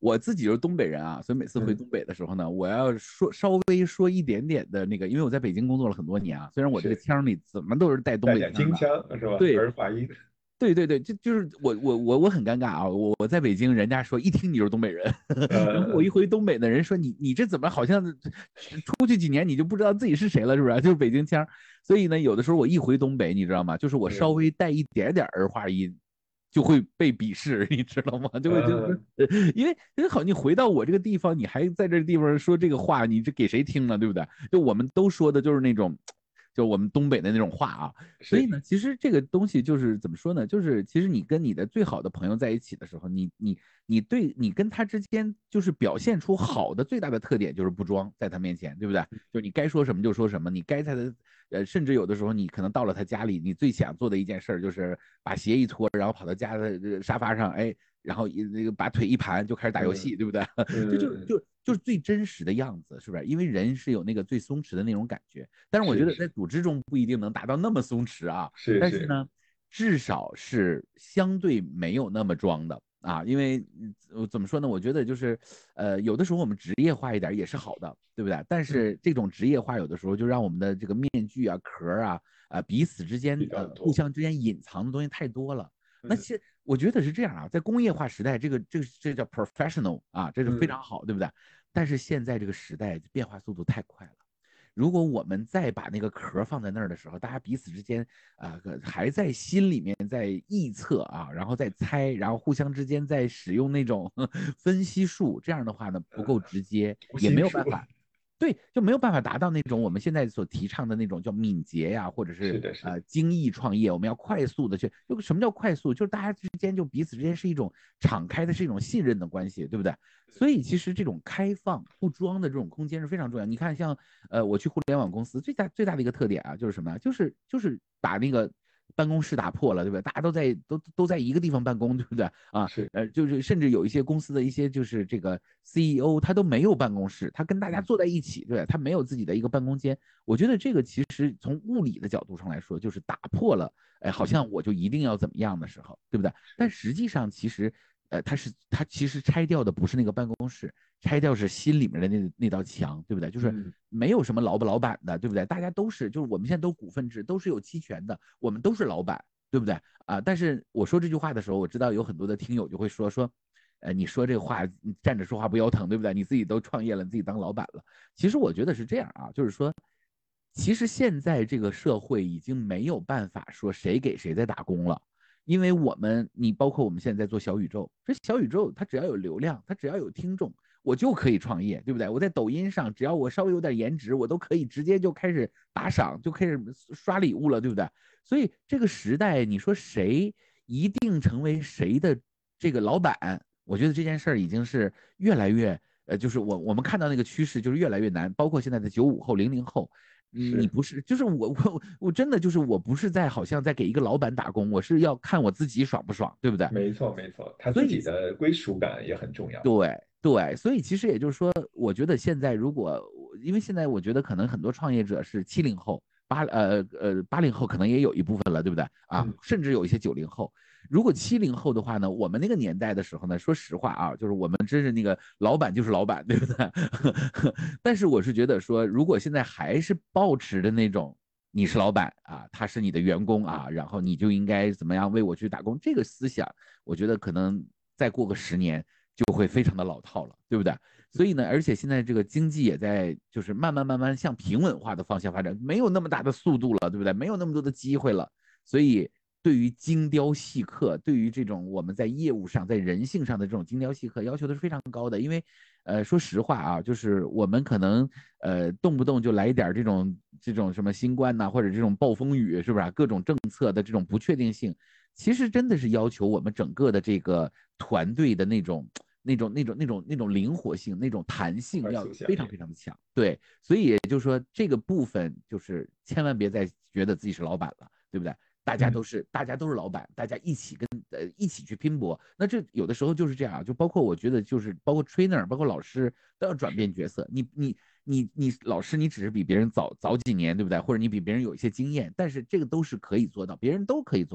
我自己就是东北人啊，所以每次回嗯， 东北的时候呢，我要说稍微说一点点的那个，因为我在北京工作了很多年啊，虽然我这个是腔里怎么都是带东带点北腔的， 京腔是吧？ 对， 儿化音。 对对对，就就是我我我我很尴尬啊！我我在北京，人家说一听你就是东北人，然后我一呃， 回东北的人说你你这怎么好像出去几年你就不知道自己是谁了，是不是？就是北京腔。所以呢，有的时候我一回东北，你知道吗？就是我稍嗯微带一点点儿化音，就会被鄙视，你知道吗？就会就呃， 是因为因为好，你回到我这个地方，你还在这地方说这个话，你这给谁听呢？对不对？就我们都说的就是那种。就我们东北的那种话啊，所以是呢，其实这个东西就是怎么说呢？就是其实你跟你的最好的朋友在一起的时候，你你你对你跟他之间就是表现出好的最大的特点就是不装，在他面前，对不对？就是你该说什么就说什么，你该在他呃，甚至有的时候你可能到了他家里，你最想做的一件事就是把鞋一脱，然后跑到家的沙发上，哎，然后那个把腿一盘就开始打游戏， 嗯对不对？这就嗯， 就就是最真实的样子，是不是？因为人是有那个最松弛的那种感觉，但是我觉是是得在组织中不一定能达到那么松弛啊， 是是， 但是呢，至少是相对没有那么装的啊，因为呃怎么说呢？我觉得就是，呃，有的时候我们职业化一点也是好的，对不对？但嗯， 是这种职业化有的时候就让我们的这个面具啊、壳啊、啊、彼此之间比较呃互多。 相之间隐藏的东西太多了。那嗯其实我觉得是这样啊，在工业化时代，这个这个这叫 professional 啊，这是非嗯， 常好，对不对？但是现在这个时代变化速度太快了。如果我们再把那个壳放在那儿的时候，大家彼此之间啊、呃还在心里面在臆测啊，然后再猜，然后互相之间在使用那种分析术，这样的话呢不够直接，也没读心术。 有办法对，就没有办法达到那种我们现在所提倡的那种叫敏捷呀，或者是是的，是的， 呃精益创业，我们要快速的去，就什么叫快速？就是大家之间就彼此之间是一种敞开的，是一种信任的关系，对不对？所以其实这种开放不装的这种空间是非常重要。你看，像呃，我去互联网公司最大最大的一个特点啊，就是什么呀？就是就是把那个办公室打破了，对不对？大家都在都都在一个地方办公，对不对？啊， 是， 呃，就是甚至有一些公司的一些就是这个 C E O 他都没有办公室，他跟大家嗯坐在一起，对吧？他没有自己的一个办公间。我觉得这个其实从物理的角度上来说，就是打破了，哎，好像我就一定要怎么样的时候，对不对？但是， 实际上其实。呃，它是它其实拆掉的不是那个办公室，拆掉是心里面的那那道墙，对不对？就是嗯没有什么老不老板的，对不对？大家都是，就是我们现在都股份制，都是有期权的，我们都是老板，对不对？啊、但是我说这句话的时候，我知道有很多的听友就会说说，呃，你说这个话站着说话不腰疼，对不对？你自己都创业了，你自己当老板了。其实我觉得是这样啊，就是说，其实现在这个社会已经没有办法说谁给谁在打工了。因为我们，你包括我们现在在做小宇宙，这小宇宙它只要有流量，它只要有听众，我就可以创业，对不对？我在抖音上，只要我稍微有点颜值，我都可以直接就开始打赏，就开始刷礼物了，对不对？所以这个时代，你说谁一定成为谁的这个老板，我觉得这件事儿已经是越来越，呃，就是我我们看到那个趋势就是越来越难，包括现在的九五后、零零后。嗯，你是， 不是，就是我我我真的就是我不是在好像在给一个老板打工，我是要看我自己爽不爽，对不对？ 没错没错，他自所以己的归属感也很重要。 对对，所以其实也就是说，我觉得现在如果，因为现在我觉得可能很多创业者是七零后、八呃呃八零后，可能也有一部分了，对不对啊？ 嗯甚至有一些九零后。如果七零后的话呢，我们那个年代的时候呢，说实话啊，就是我们真是那个老板就是老板，对不对？但是我是觉得说，如果现在还是保持的那种你是老板啊，他是你的员工啊，然后你就应该怎么样为我去打工，这个思想，我觉得可能再过个十年就会非常的老套了，对不对？所以呢，而且现在这个经济也在就是慢慢慢慢向平稳化的方向发展，没有那么大的速度了，对不对？没有那么多的机会了，所以对于精雕细刻，对于这种我们在业务上、在人性上的这种精雕细刻要求的是非常高的。因为，呃，说实话啊，就是我们可能呃动不动就来一点这种这种什么新冠呐、啊或者这种暴风雨，是不是、啊？各种政策的这种不确定性，其实真的是要求我们整个的这个团队的那种。那种、那种、那种、那种灵活性、那种弹性快要非常速响应。 非常的强，对，所以也就是说，这个部分就是千万别再觉得自己是老板了，对不对？大家嗯都是大家都是老板，大家一起跟呃一起去拼搏。那这有的时候就是这样啊，就包括我觉得就是包括 trainer，包括老师都要转是， 变角色。你你你你老师你只是比别人早早几年，对不对？或者你比别人有一些经验，但是这个都是可以做到，别人都可以做到。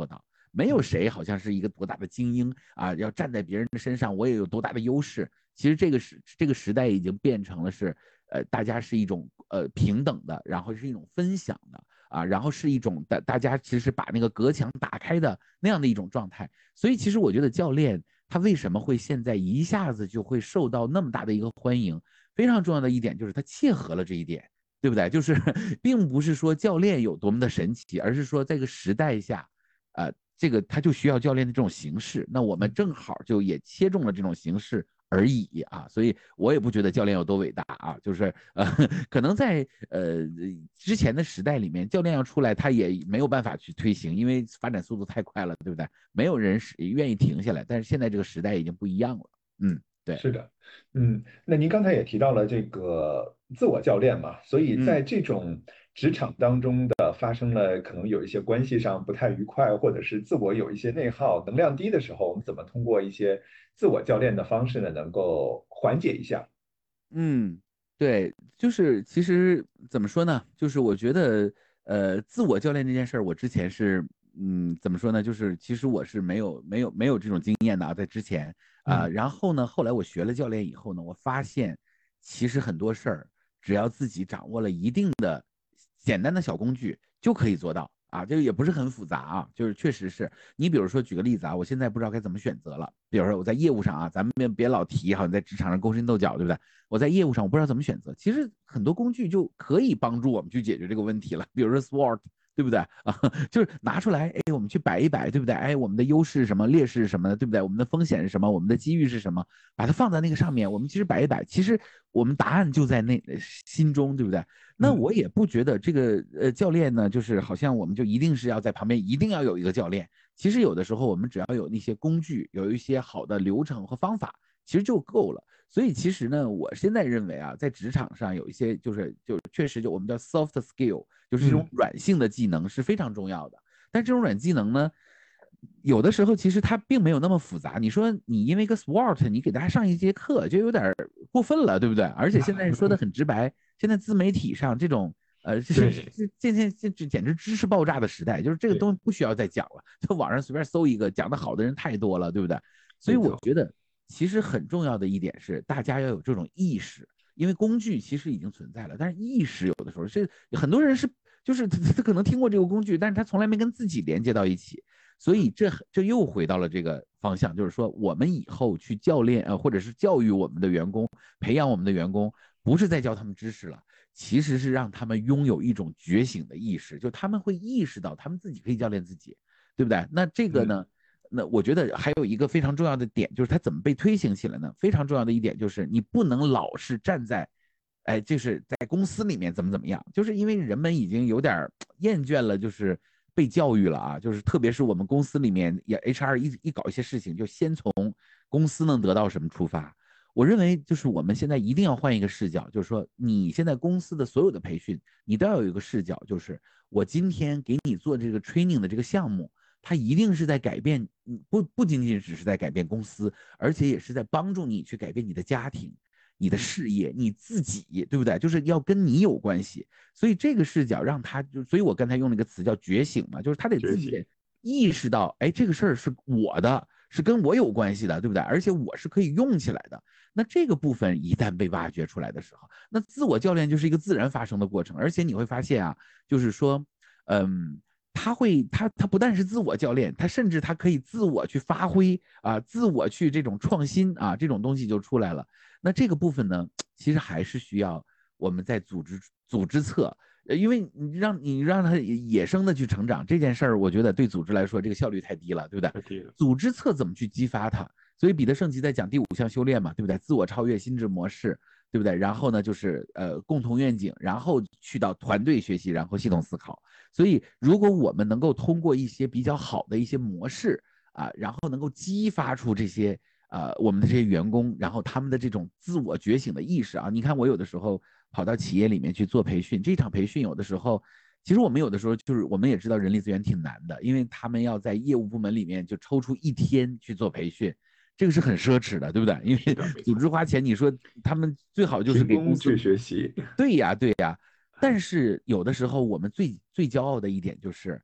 没有谁好像是一个多大的精英啊，要站在别人的身上，我也有多大的优势。其实这个时这个时代已经变成了是，呃，大家是一种呃平等的，然后是一种分享的啊，然后是一种大大家其实把那个隔墙打开的那样的一种状态。所以其实我觉得教练他为什么会现在一下子就会受到那么大的一个欢迎，非常重要的一点就是他切合了这一点。对不对？就是并不是说教练有多么的神奇，而是说这个时代下，呃，这个他就需要教练的这种形式。那我们正好就也切中了这种形式而已啊，所以我也不觉得教练有多伟大啊，就是呃，可能在呃之前的时代里面，教练要出来，他也没有办法去推行，因为发展速度太快了，对不对？没有人是愿意停下来。但是现在这个时代已经不一样了，嗯，对， 是的，嗯，那您刚才也提到了这个自我教练嘛，所以嗯。 在这种职场当中的发生了可能有一些关系上不太愉快，或者是自我有一些内耗、能量低的时候，我们怎么通过一些自我教练的方式呢，能够缓解一下？ 嗯，对，就是其实怎么说呢？就是我觉得，呃，自我教练这件事儿，我之前是，嗯，怎么说呢？就是其实我是没有没有没有这种经验的啊，在之前啊， 嗯。 然后呢，后来我学了教练以后呢，我发现其实很多事儿，只要自己掌握了一定的简单的小工具，就可以做到啊，这个也不是很复杂啊，就是确实是你比如说举个例子啊，我现在不知道该怎么选择了，比如说我在业务上啊，咱们别别老提好像在职场上勾心斗角，对不对？我在业务上我不知道怎么选择，其实很多工具就可以帮助我们去解决这个问题了，比如说 S W O T，对不对啊？就是拿出来，哎，我们去摆一摆，对不对？哎，我们的优势是什么，劣势是什么的，对不对？我们的风险是什么，我们的机遇是什么，把它放在那个上面，我们其实摆一摆，其实我们答案就在那心中，对不对？那嗯。 我也不觉得这个呃教练呢，就是好像我们就一定是要在旁边一定要有一个教练。其实有的时候我们只要有那些工具，有一些好的流程和方法，其实就够了。所以其实呢，我现在认为啊，在职场上有一些就是就确实就我们叫 soft skill，就是这种嗯。 软性的技能是非常重要的。但这种软技能呢，有的时候其实它并没有那么复杂。你说你因为一个 S W O T，你给大家上一节课就有点过分了，对不对？而且现在说的很直白，现在自媒体上这种呃，这是对这这现这这简直知识爆炸的时代，就是这个对， 东西不需要再讲了，就网上随便搜一个，讲的好的人太多了，对不对？所以没错。 我觉得其实很重要的一点是，大家要有这种意识，因为工具其实已经存在了，但是意识有的时候是很多人是就是他他可能听过这个工具，但是他从来没跟自己连接到一起，所以这这又回到了这个方向，就是说我们以后去教练呃或者是教育我们的员工，培养我们的员工，不是在教他们知识了。其实是让他们拥有一种觉醒的意识，就他们会意识到他们自己可以教练自己，对不对？那这个嗯。 呢？那我觉得还有一个非常重要的点，就是它怎么被推行起来呢？非常重要的一点就是你不能老是站在，哎，就是在公司里面怎么怎么样，就是因为人们已经有点厌倦了，就是被教育了啊，就是特别是我们公司里面也 H R 一一搞一些事情，就先从公司能得到什么出发。我认为就是我们现在一定要换一个视角，就是说你现在公司的所有的培训，你都要有一个视角，就是我今天给你做这个 training 的这个项目，它一定是在改变，不不仅仅只是在改变公司，而且也是在帮助你去改变你的家庭、你的嗯。 事业、你自己，对不对？就是要跟你有关系。所以这个视角让他就，所以我刚才用了一个词叫觉醒嘛，就是他得自学习。 己得意识到，哎，这个事儿是我的，是跟我有关系的，对不对？而且我是可以用起来的。那这个部分一旦被挖掘出来的时候，那自我教练就是一个自然发生的过程。而且你会发现啊，就是说，嗯，他会，他他不但是自我教练，他甚至他可以自我去发挥啊，自我去这种创新啊，这种东西就出来了。那这个部分呢，其实还是需要我们在组织组织侧，因为你让你让他野生的去成长这件事儿，我觉得对组织来说这个效率太低了，对不对？ 太低了。 组织侧怎么去激发它？所以彼得圣吉在讲第五项修炼嘛，对不对？自我超越、心智模式，对不对？然后呢，就是呃共同愿景，然后去到团队学习，然后系统思考。所以，如果我们能够通过一些比较好的一些模式啊，然后能够激发出这些呃我们的这些员工，然后他们的这种自我觉醒的意识啊，你看我有的时候跑到企业里面去做培训，这场培训有的时候。其实我们有的时候就是，我们也知道人力资源挺难的，因为他们要在业务部门里面就抽出一天去做培训，这个是很奢侈的，对不对？因为是的，没错。 组织花钱，你说他们最好就是凭给公司， 工去学习。 对呀，对呀。但是有的时候我们最最骄傲的一点就是，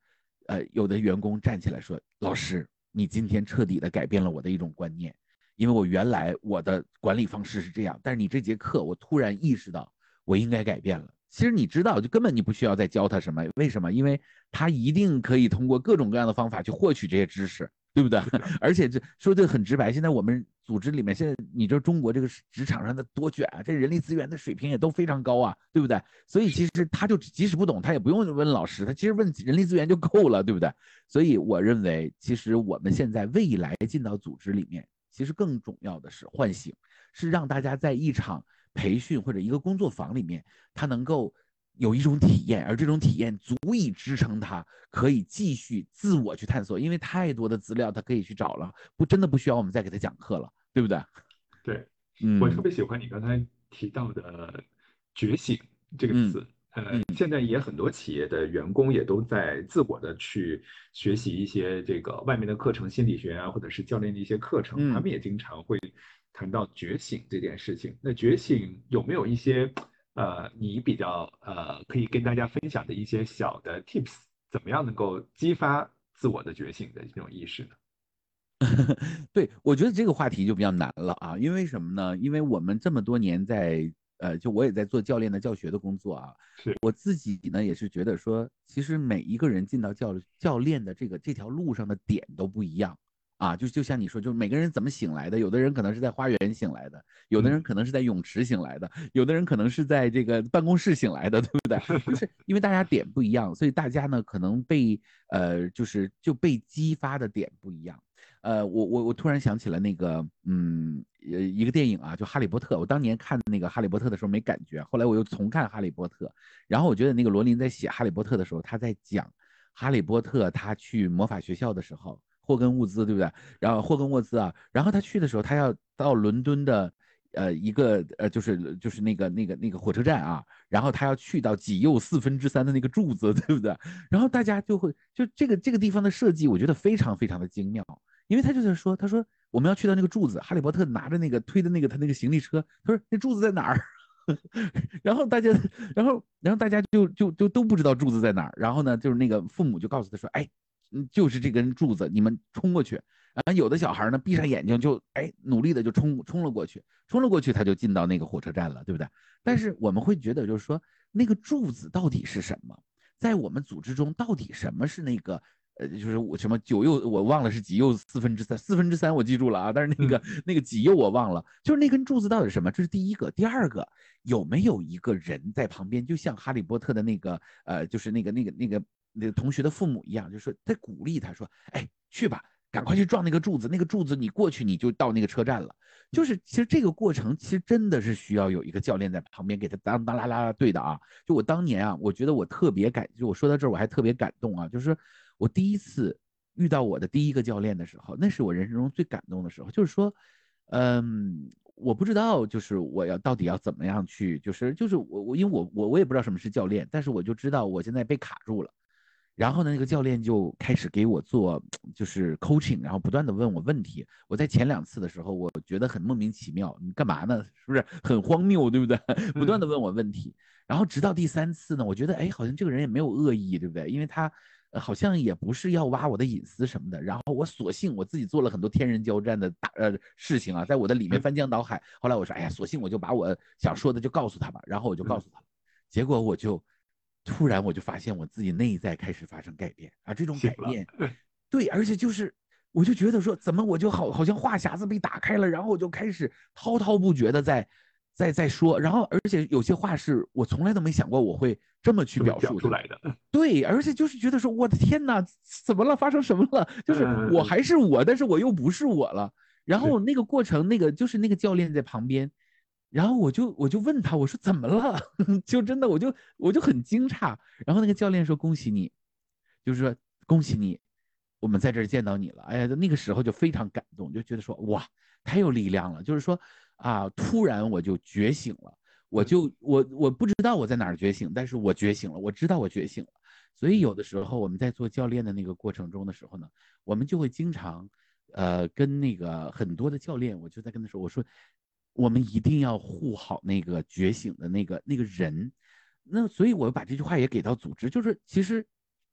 呃，有的员工站起来说：“老师，你今天彻底的改变了我的一种观念，因为我原来我的管理方式是这样，但是你这节课我突然意识到我应该改变了。其实你知道，就根本你不需要再教他什么，为什么？因为他一定可以通过各种各样的方法去获取这些知识。”对不对？而且这说的很直白，现在我们组织里面，现在你知道中国这个职场上的多卷啊，这人力资源的水平也都非常高啊，对不对？所以其实他就即使不懂，他也不用问老师，他其实问人力资源就够了，对不对？所以我认为，其实我们现在未来进到组织里面，其实更重要的是唤醒，是让大家在一场培训或者一个工作坊里面，他能够有一种体验，而这种体验足以支撑他可以继续自我去探索，因为太多的资料他可以去找了，不真的不需要我们再给他讲课了，对不对？ 对，我特嗯别喜欢你刚才提到的"觉醒"这个嗯词。呃， 嗯现在也很多企业的员工也都在自我的去学习一些这个外面的课程，心理学啊，或者是教练的一些课程，他嗯。 们也经常会谈到觉醒这件事情。那觉醒有没有一些呃你比较呃可以跟大家分享的一些小的 tips，怎么样能够激发自我的觉醒的这种意识呢？ 对，我觉得这个话题就比较难了啊，因为什么呢？因为我们这么多年在，呃，就我也在做教练的教学的工作啊， 是， 我自己呢也是觉得说，其实每一个人进到教教练的这个这条路上的点都不一样啊，就就像你说，就是每个人怎么醒来的，有的人可能是在花园醒来的，有的人嗯， 可能是在泳池醒来的，有的人可能是在这个办公室醒来的，对不对？就是因为大家点不一样，所以大家呢可能被呃就是就被激发的点不一样。呃，我我我突然想起了那个，嗯，呃，一个电影啊，就《哈利波特》。我当年看那个《哈利波特》的时候没感觉，后来我又重看《哈利波特》，然后我觉得那个罗琳在写《哈利波特》的时候，他在讲哈利波特他去魔法学校的时候，霍根沃兹对不对？然后霍根沃兹啊，然后他去的时候，他要到伦敦的。呃，一个呃，就是就是那个那个那个火车站啊，然后他要去到几又四分之三的那个柱子，对不对？然后大家就会就这个这个地方的设计，我觉得非常非常的精妙。因为他就在说，他说我们要去到那个柱子，哈利波特拿着那个推的那个他那个行李车，他说那柱子在哪儿？然后大家，然后然后大家就就就都不知道柱子在哪儿。然后呢，就是那个父母就告诉他说，哎，就是这根柱子，你们冲过去。啊，有的小孩呢，闭上眼睛就哎努力的就冲冲了过去，冲了过去，他就进到那个火车站了，对不对？但是我们会觉得，就是说那个柱子到底是什么？在我们组织中，到底什么是那个呃，就是我什么九又我忘了是几又四分之三，四分之三我记住了啊，但是那个嗯， 那个几又我忘了，就是那根柱子到底是什么？这是第一个，第二个有没有一个人在旁边，就像哈利波特的那个呃，就是那个那个那个那个同学的父母一样，就说在鼓励他说，哎，去吧。赶快去撞那个柱子，那个柱子你过去你就到那个车站了。就是其实这个过程其实真的是需要有一个教练在旁边给他当当啦啦啦对的啊。就我当年啊，我觉得我特别感，就我说到这儿我还特别感动啊，就是我第一次遇到我的第一个教练的时候，那是我人生中最感动的时候。就是说，嗯，我不知道，就是我要到底要怎么样去，就是就是我我因为我我我也不知道什么是教练，但是我就知道我现在被卡住了。然后呢，那个教练就开始给我做就是 coaching，然后不断的问我问题。我在前两次的时候，我觉得很莫名其妙，你干嘛呢？是不是很荒谬，对不对？不断的嗯， 问我问题。然后直到第三次呢，我觉得哎，好像这个人也没有恶意，对不对？因为他、呃、好像也不是要挖我的隐私什么的。然后我索性我自己做了很多天人交战的大呃事情啊，在我的里面翻江倒海。后来我说，哎呀，索性我就把我想说的就告诉他吧。然后我就告嗯， 诉他了，结果我就突然我就发现我自己内在开始发生改变啊，这种醒了。 改变，对，而且就是我就觉得说，怎么我就好好像话匣子被打开了，然后我就开始滔滔不绝的在在在说，然后而且有些话是我从来都没想过我会这么去这么表述的。 讲出来的。 对，而且就是觉得说，我的天哪，怎么了？发生什么了？就是我嗯， 还是我，但是我又不是我了。然后是， 那个过程，那个就是那个教练在旁边，然后我就我就问他，我说怎么了？就真的我就我就很惊诧。然后那个教练说恭喜你，就是说恭喜你，我们在这儿见到你了。哎呀，那个时候就非常感动，就觉得说哇，太有力量了。就是说啊，突然我就觉醒了。我嗯就我我不知道我在哪儿觉醒，但是我觉醒了，我知道我觉醒了。所以嗯， 有的时候我们在做教练的那个过程中的时候呢，我们就会经常，呃，跟那个很多的教练，我就在跟他说，我说我们一定要护好那个觉醒的那个那个人。那所以我把这句话也给到组织，就是其实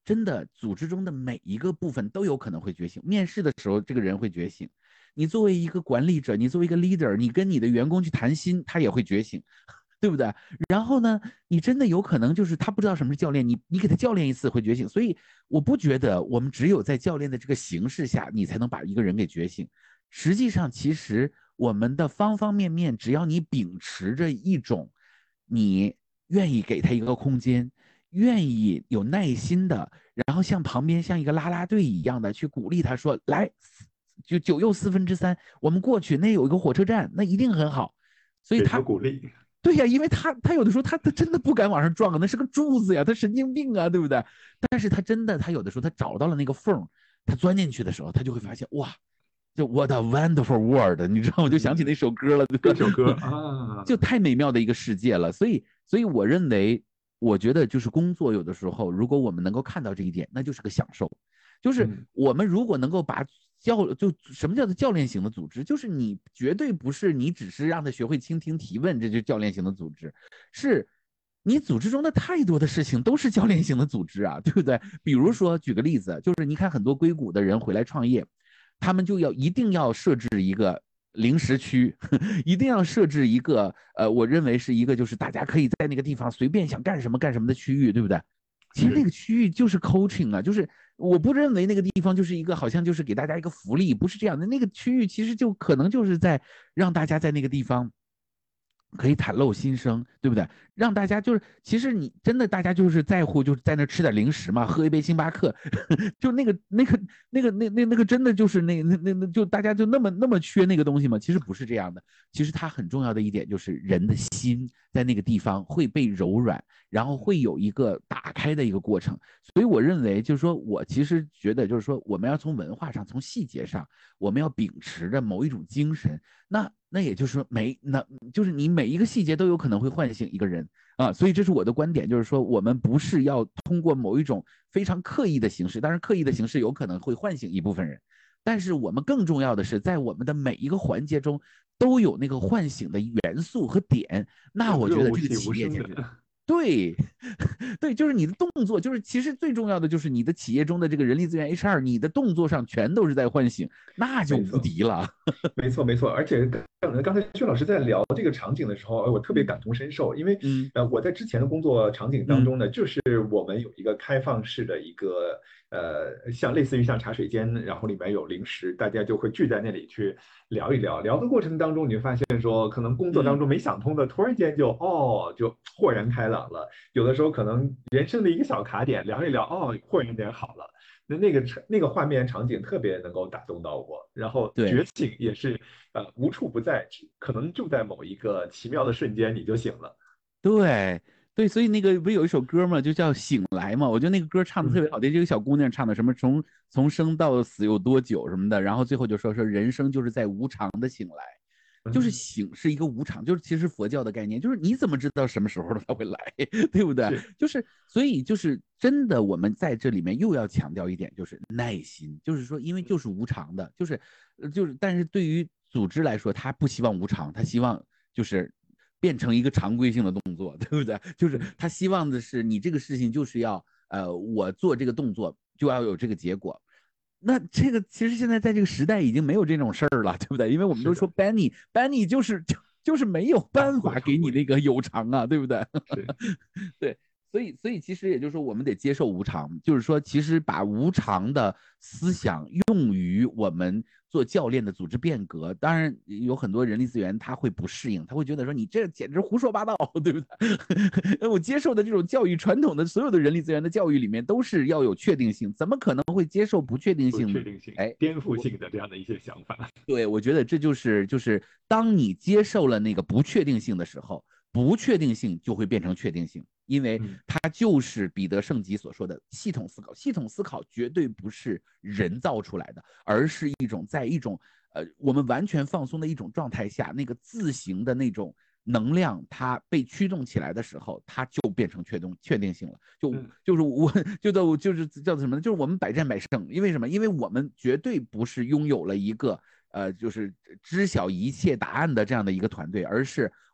真的组织中的每一个部分都有可能会觉醒。面试的时候，这个人会觉醒；你作为一个管理者，你作为一个 leader，你跟你的员工去谈心，他也会觉醒，对不对？然后呢，你真的有可能就是他不知道什么是教练，你你给他教练一次会觉醒。所以我不觉得我们只有在教练的这个形式下，你才能把一个人给觉醒。实际上，其实我们的方方面面，只要你秉持着一种你愿意给他一个空间，愿意有耐心的，然后像旁边像一个啦啦队一样的去鼓励他说：“来，就九又四分之三，我们过去，那有一个火车站，那一定很好。”所以给他出鼓励。 对呀，因为他他有的时候他他真的不敢往上撞啊，那是个柱子呀，他神经病啊，对不对？但是他真的，他有的时候他找到了那个缝，他钻进去的时候，他就会发现哇，就 what a wonderful world，你知道，我就想起那首歌了，对吧？ 这首歌啊， 就太美妙的一个世界了。所以，所以我认为，我觉得就是工作有的时候，如果我们能够看到这一点，那就是个享受。就是我们如果能够把教就什么叫做教练型的组织，就是你绝对不是你只是让他学会倾听提问，这就是教练型的组织，是你组织中的太多的事情都是教练型的组织啊，对不对？比如说举个例子，就是你看很多硅谷的人回来创业，他们就要一定要设置一个零食区，一定要设置一个呃，我认为是一个就是大家可以在那个地方随便想干什么干什么的区域，对不对？其实那个区域就是 coaching 啊，就是我不认为那个地方就是一个好像就是给大家一个福利，不是这样的。那个区域其实就可能就是在让大家在那个地方可以袒露心声，对不对？让大家就是，其实你真的大家就是在乎，就是在那吃点零食嘛，喝一杯星巴克，就那个那个那个那那那个真的就是那那那那就大家就那么那么缺那个东西吗？其实不是这样的。其实它很重要的一点就是人的心在那个地方会被柔软，然后会有一个打开的一个过程。所以我认为就是说我其实觉得就是说我们要从文化上，从细节上，我们要秉持着某一种精神。那那也就是说每那就是你每一个细节都有可能会唤醒一个人啊，所以这是我的观点，就是说我们不是要通过某一种非常刻意的形式，当然刻意的形式有可能会唤醒一部分人，但是我们更重要的是在我们的每一个环节中都有那个唤醒的元素和点，那我觉得这个企业简直对，对，就是你的动作，就是其实最重要的就是你的企业中的这个人力资源 H R，你的动作上全都是在唤醒，那就无敌了。 没错，没错。而且刚刚才薛老师在聊这个场景的时候，我特别感同身受，因为嗯呃我在之前的工作场景当中呢， 嗯就是我们有一个开放式的一个呃像类似于像茶水间，然后里面有零食，大家就会聚在那里去聊一聊。聊的过程当中，你会发现说，可能工作当嗯， 中没想通的，突然间就哦就豁然开朗了。有的时候可能人生的一个小卡点，聊一聊，哦豁然点好了。那那个那个画面场景特别能够打动到我，然后觉对醒也是呃无处不在，可能就在某一个奇妙的瞬间你就醒了。 对对，所以那个不是有一首歌嘛，就叫《醒来》嘛，我觉得那个歌唱的特别好，这这个小姑娘唱的什么从从生到死有多久什么的，然后最后就说说人生就是在无常的醒来。就是嗯， 醒是一个无常，就是其实佛教的概念，就是你怎么知道什么时候它会来，对不对？ 是就是所以就是真的，我们在这里面又要强调一点，就是耐心，就是说，因为就是无常的，就是就是，但是对于组织来说，他不希望无常，他希望就是变成一个常规性的动作，对不对？就是他希望的是你这个事情就是要呃，我做这个动作就要有这个结果。那这个其实现在在这个时代已经没有这种事儿了，对不对？因为我们都说 Benny，Benny 就是就就是没有办法给你那个有偿啊，对不对？对，所以所以其实也就是说，我们得接受无常，就是说，其实把无常的思想用于我们做教练的组织变革，当然有很多人力资源他会不适应，他会觉得说你这简直胡说八道，对不对？我接受的这种教育传统的所有的人力资源的教育里面都是要有确定性，怎么可能会接受不确定性呢？ 不确定性、 哎， 颠覆性的这样的一些想法。 对，我觉得这就是就是当你接受了那个不确定性的时候，不确定性就会变成确定性，因为它就是彼得圣吉所说的系统思考。系统思考绝对不是人造出来的，而是一种在一种呃我们完全放松的一种状态下，那个自行的那种能量它被驱动起来的时候，它就变成确定确定性了。就就是我就叫就是叫做什么呢？就是我们百战百胜，因为什么？因为我们绝对不是拥有了一个。呃，就是知晓一切答案的这样的一个团队，而是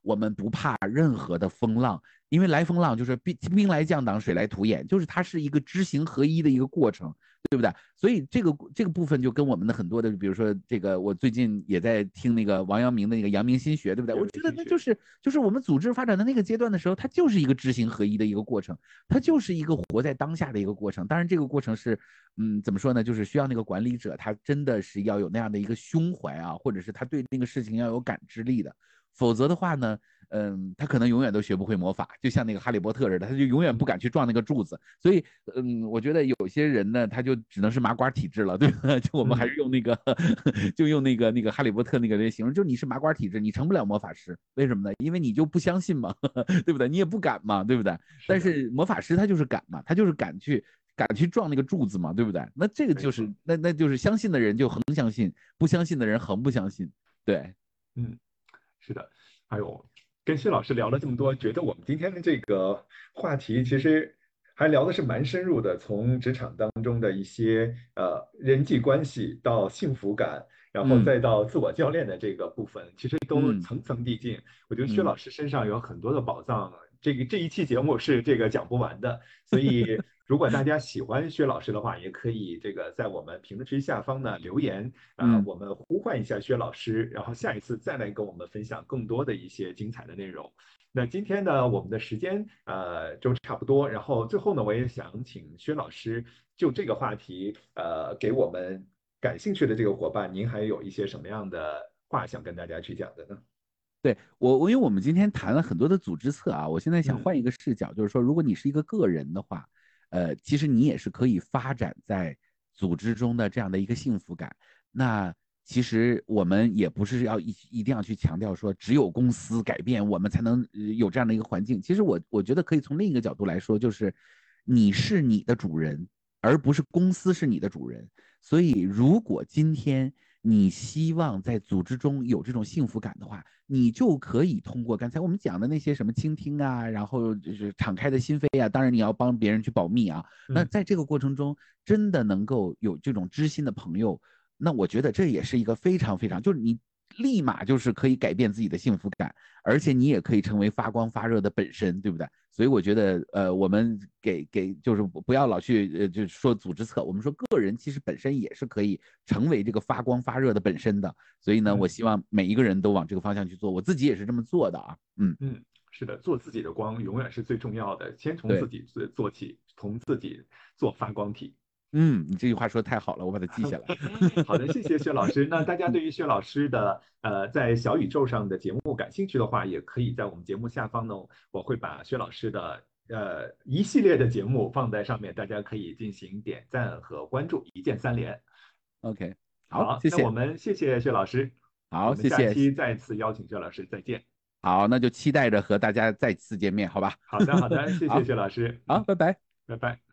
我们不怕任何的风浪，因为来风浪就是兵兵来将挡，水来土掩，就是它是一个知行合一的一个过程，对不对？所以这个这个部分就跟我们的很多的，比如说这个，我最近也在听那个王阳明的那个阳明心学，对不对？我觉得那就是就是我们组织发展的那个阶段的时候，它就是一个知行合一的一个过程，它就是一个活在当下的一个过程。当然，这个过程是，嗯，怎么说呢？就是需要那个管理者，他真的是要有那样的一个胸怀啊，或者是他对那个事情要有感知力的。否则的话呢，嗯，他可能永远都学不会魔法，就像那个哈利波特似的，他就永远不敢去撞那个柱子。所以，嗯，我觉得有些人呢，他就只能是麻瓜体质了，对吧？就我们还是用那个，就用那个那个哈利波特那个来形容，就你是麻瓜体质，你成不了魔法师，为什么呢？因为你就不相信嘛，对不对？你也不敢嘛，对不对？但是魔法师他就是敢嘛，他就是敢去。敢去撞那个柱子嘛，对不对？那这个就是那那就是相信的人就横相信，不相信的人横不相信，对， 嗯。是的，哎呦，跟薛老师聊了这么多，觉得我们今天的这个话题其实还聊的是蛮深入的，从职场当中的一些呃人际关系到幸福感，然后嗯再到自我教练的这个部分，其实都嗯层层递进。我觉得薛嗯老师身上有很多的宝藏，这个这一期节目是这个讲不完的，所以。如果大家喜欢薛老师的话，也可以这个在我们评论区下方呢留言啊、呃嗯。 我们呼唤一下薛老师，然后下一次再来跟我们分享更多的一些精彩的内容。那今天呢，我们的时间呃就差不多，然后最后呢，我也想请薛老师就这个话题呃给我们感兴趣的这个伙伴，您还有一些什么样的话想跟大家去讲的呢？ 对我，我因为我们今天谈了很多的组织策啊，我现在想嗯换一个视角，就是说，如果你是一个个人的话，呃，其实你也是可以发展在组织中的这样的一个幸福感。那其实我们也不是要一一定要去强调说，只有公司改变我们才能呃有这样的一个环境。其实我我觉得可以从另一个角度来说，就是你是你的主人，而不是公司是你的主人。所以，如果今天你希望在组织中有这种幸福感的话，你就可以通过刚才我们讲的那些什么倾听啊，然后就是敞开的心扉啊，当然你要帮别人去保密啊。那嗯在这个过程中，真的能够有这种知心的朋友，那我觉得这也是一个非常非常，就是你立马就是可以改变自己的幸福感，而且你也可以成为发光发热的本身，对不对？所以我觉得，呃，我们给给就是不要老去呃，就是说组织策，我们说个人其实本身也是可以成为这个发光发热的本身的。所以呢，我嗯希望每一个人都往这个方向去做，我自己也是这么做的啊。嗯， 嗯，是的，做自己的光永远是最重要的，先从自对， 己做做起，从自己做发光体。 嗯，你这句话说的太好了，我把它记下来。 好的，谢谢薛老师。那大家嗯对于薛老师的呃在小宇宙上的节目感兴趣的话，也可以在我们节目下方呢，我会把薛老师的呃一系列的节目放在上面，大家可以进行点赞和关注，一键三连。 ，OK，好， 好，那我谢谢， 们谢谢薛老师，我好， 们下谢谢， 期再次邀请薛老师，再见。 好，那就期待着和大家再次见面，好吧？ 好的，好的，谢谢好， 薛老师， 好， 嗯， 拜拜。 拜拜。